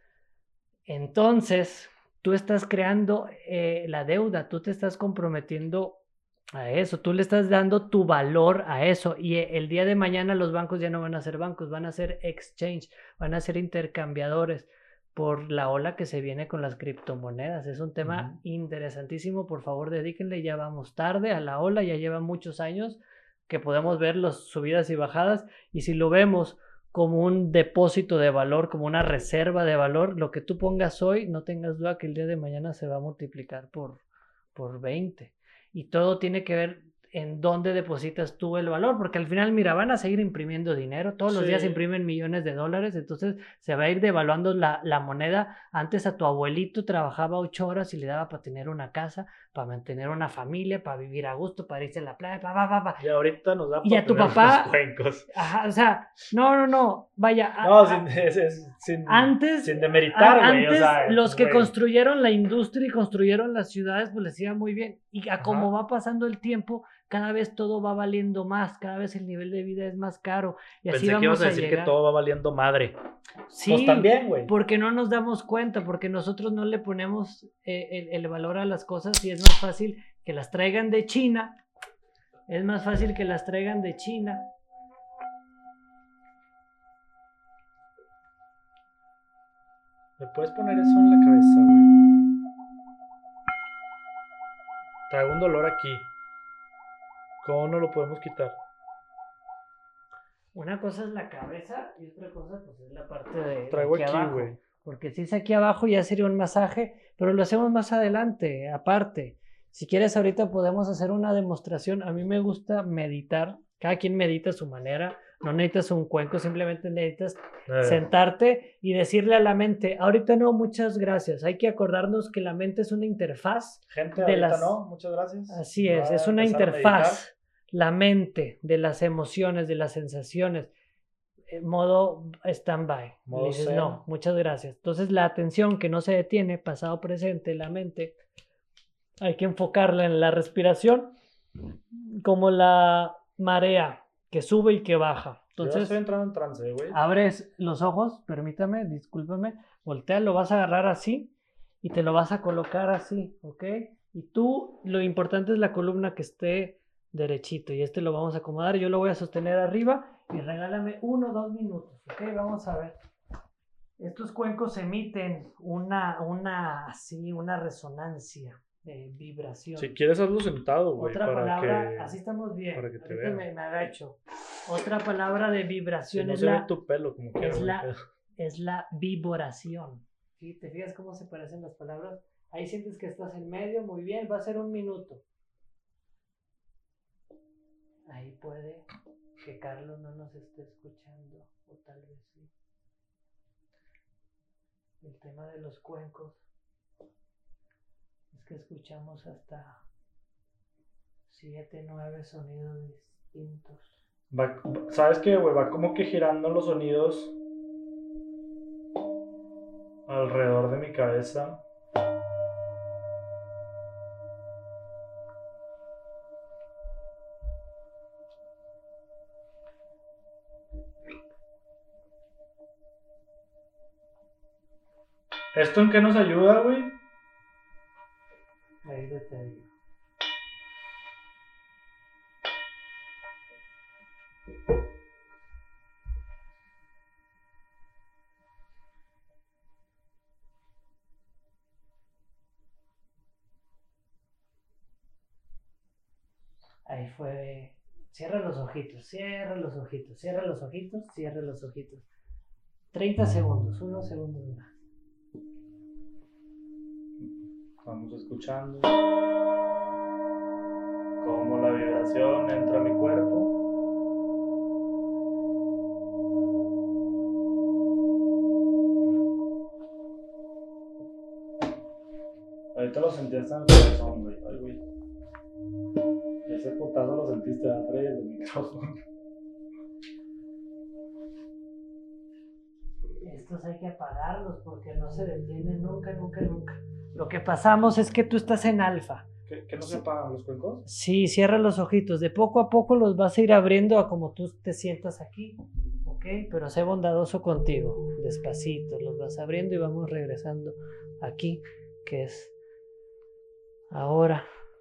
Entonces, tú estás creando eh, la deuda, tú te estás comprometiendo a eso, tú le estás dando tu valor a eso y eh, el día de mañana los bancos ya no van a ser bancos, van a ser exchange, van a ser intercambiadores por la ola que se viene con las criptomonedas. Es un tema Ujú. interesantísimo, por favor dedíquenle, ya vamos tarde a la ola, ya lleva muchos años que podemos ver las subidas y bajadas y si lo vemos como un depósito de valor, como una reserva de valor, lo que tú pongas hoy, no tengas duda que el día de mañana se va a multiplicar por, por veinte. Y todo tiene que ver en dónde depositas tú el valor, porque al final, mira, van a seguir imprimiendo dinero, todos los Sí. días imprimen millones de dólares, entonces se va a ir devaluando la, la moneda. Antes a tu abuelito trabajaba ocho horas y le daba para tener una casa, para mantener una familia, para vivir a gusto, para irse a la playa, pa, pa, pa, pa. Y ahorita nos da Y por a tu tener papá- unos cuencos. Ajá, o sea, no, no, no, vaya. a- No, a- sin, es- es- sin, Antes, sin demeritar, a- güey. antes O sea, los que güey. construyeron la industria y construyeron las ciudades, pues les iba muy bien. Y a Ajá. como va pasando el tiempo, cada vez todo va valiendo más, cada vez el nivel de vida es más caro. Y así Pensé que vamos ibas a a decir llegar. que todo va valiendo madre. Sí, Pues también, güey. porque no nos damos cuenta, porque nosotros no le ponemos eh, el, el valor a las cosas y es más fácil que las traigan de China. Es más fácil que las traigan de China. ¿Me puedes poner eso en la cabeza, güey? Traigo un dolor aquí. ¿Cómo no lo podemos quitar? Una cosa es la cabeza y otra cosa pues es la parte de, de Traigo aquí, abajo. güey. Porque si es aquí abajo ya sería un masaje, pero lo hacemos más adelante, aparte. Si quieres ahorita podemos hacer una demostración. A mí me gusta meditar. Cada quien medita a su manera. No necesitas un cuenco, simplemente necesitas Eh, sentarte y decirle a la mente, ahorita no, muchas gracias. Hay que acordarnos que la mente es una interfaz. gente, de ahorita las- no. Muchas gracias. Así Voy es, a es una empezar a meditar. interfaz. La mente de las emociones, de las sensaciones. En modo stand-by. Modo Le dices, zen. no, muchas gracias. Entonces la atención que no se detiene, pasado, presente, la mente, hay que enfocarla en la respiración como la marea que sube y que baja. Yo Entonces estoy entrando en trance, güey. abres los ojos, permítame, discúlpame, voltea, lo vas a agarrar así y te lo vas a colocar así, ¿ok? Y tú, lo importante es la columna que esté derechito y este lo vamos a acomodar, yo lo voy a sostener arriba y regálame uno o dos minutos, ¿ok? Vamos a ver. Estos cuencos emiten una, una, así, una resonancia de vibración. Si quieres hazlo sentado, güey. Otra para palabra, que... así estamos bien. para que te Ahorita vean. me, me agacho. Otra palabra de Si vibración no es se ve la tu pelo, como que es la, es la vibración. ¿Sí? ¿Te fijas cómo se parecen las palabras? Ahí sientes que estás en medio, muy bien, va a ser un minuto. Ahí puede que Carlos no nos esté escuchando, o tal vez sí. El tema de los cuencos es que escuchamos hasta siete, nueve sonidos distintos. Va- ¿Sabes qué, güey? Va como que girando los sonidos alrededor de mi cabeza. ¿Esto en qué nos ayuda, güey? Ahí te digo. Ahí fue. Cierra los ojitos, cierra los ojitos, cierra los ojitos, cierra los ojitos. treinta segundos, unos segundos más. Vamos escuchando cómo la vibración entra a mi cuerpo. Ahorita lo sentí hasta en el corazón, güey. Ay, güey. Ese putazo lo sentiste atrás del micrófono. Estos hay que apagarlos porque no se detienen nunca, nunca, nunca. Lo que pasamos es que tú estás en alfa. ¿Qué, qué no se apagan los cuencos? Sí, cierra los ojitos. De poco a poco los vas a ir abriendo a como tú te sientas aquí. ¿Ok? Pero sé bondadoso contigo. Despacito, los vas abriendo y vamos regresando aquí, que es ahora.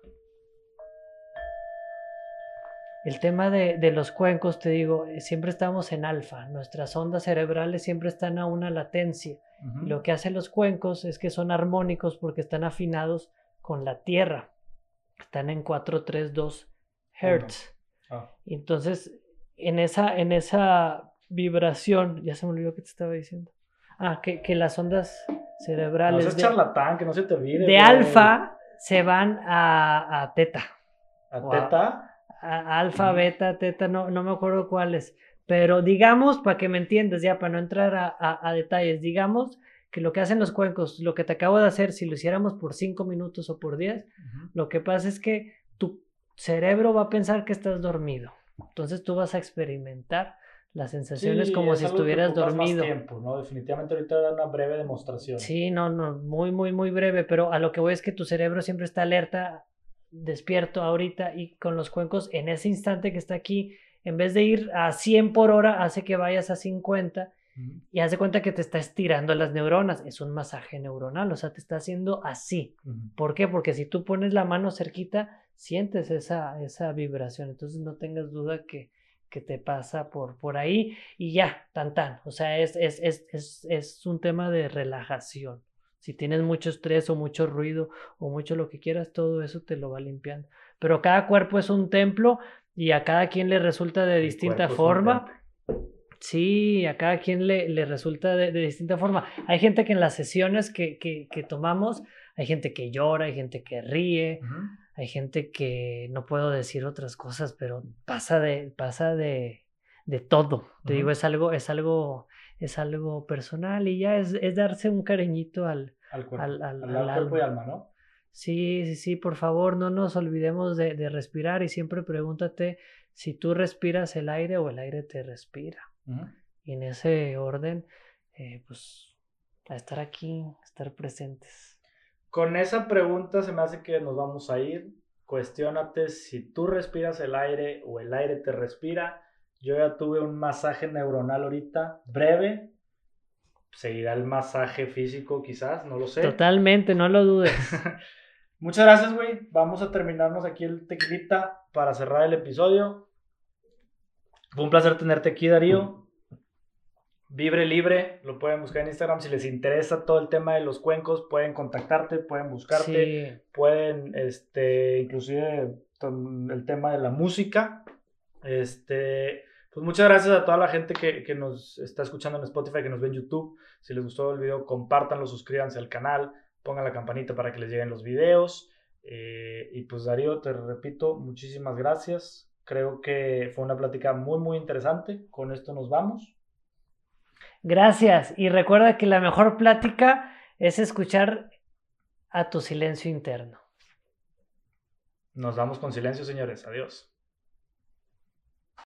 El tema de, de los cuencos, te digo, eh, siempre estamos en alfa. Nuestras ondas cerebrales siempre están a una latencia. Uh-huh. Y lo que hacen los cuencos es que son armónicos porque están afinados con la tierra. Están en cuatro tres dos hertz. Uh-huh. Ah. Entonces, en esa, en esa vibración, ya se me olvidó que te estaba diciendo. Ah, que, que las ondas cerebrales No seas de, charlatán, que no se te olvide. de güey. alfa se van a, a teta. ¿A o a- teta? a- alfa, beta, teta, no, no me acuerdo cuáles. Pero digamos, para que me entiendas, ya para no entrar a, a, a detalles, digamos que lo que hacen los cuencos, lo que te acabo de hacer, si lo hiciéramos por cinco minutos o por diez, uh-huh. Lo que pasa es que tu cerebro va a pensar que estás dormido. Entonces tú vas a experimentar las sensaciones sí, como si estuvieras dormido. Más tiempo, ¿no? Definitivamente ahorita era una breve demostración. Sí, no, no, muy, muy, muy breve, pero a lo que voy es que tu cerebro siempre está alerta, despierto ahorita, y con los cuencos en ese instante que está aquí, en vez de ir a cien por hora, hace que vayas a cincuenta uh-huh. Y hace cuenta que te está estirando las neuronas. Es un masaje neuronal, o sea, te está haciendo así. Uh-huh. ¿Por qué? Porque si tú pones la mano cerquita, sientes esa, esa vibración. Entonces no tengas duda que, que te pasa por, por ahí y ya, tan tan. O sea, es, es, es, es, es un tema de relajación. Si tienes mucho estrés o mucho ruido o mucho lo que quieras, todo eso te lo va limpiando. Pero cada cuerpo es un templo y a cada quien le resulta de distinta forma. Sí, a cada quien le, le resulta de, de distinta forma. Hay gente que en las sesiones que, que, que tomamos, hay gente que llora, hay gente que ríe, uh-huh. Hay gente que no puedo decir otras cosas, pero pasa de, pasa de, de todo. Uh-huh. Te digo, es algo, es algo, es algo personal y ya es, es darse un cariñito al, al cuerpo, al, al, al, al, al cuerpo y alma, ¿no? Sí, sí, sí, por favor, no nos olvidemos de, de respirar y siempre pregúntate si tú respiras el aire o el aire te respira. Uh-huh. Y en ese orden, eh, pues, a estar aquí, a estar presentes. Con esa pregunta se me hace que nos vamos a ir. Cuestiónate si tú respiras el aire o el aire te respira. Yo ya tuve un masaje neuronal ahorita, breve. Seguirá el masaje físico quizás, no lo sé. Totalmente, no lo dudes. Muchas gracias, güey. Vamos a terminarnos aquí el tequilita para cerrar el episodio. Fue un placer tenerte aquí, Darío. Vibre Libre, lo pueden buscar en Instagram. Si les interesa todo el tema de los cuencos, pueden contactarte, pueden buscarte, sí. Pueden, este, inclusive el tema de la música. Este, pues muchas gracias a toda la gente que, que nos está escuchando en Spotify, que nos ve en YouTube. Si les gustó el video, compártanlo, suscríbanse al canal, pongan la campanita para que les lleguen los videos. Eh, y pues Darío, te repito, muchísimas gracias. Creo que fue una plática muy, muy interesante. Con esto nos vamos. Gracias. Y recuerda que la mejor plática es escuchar a tu silencio interno. Nos vamos con silencio, señores. Adiós.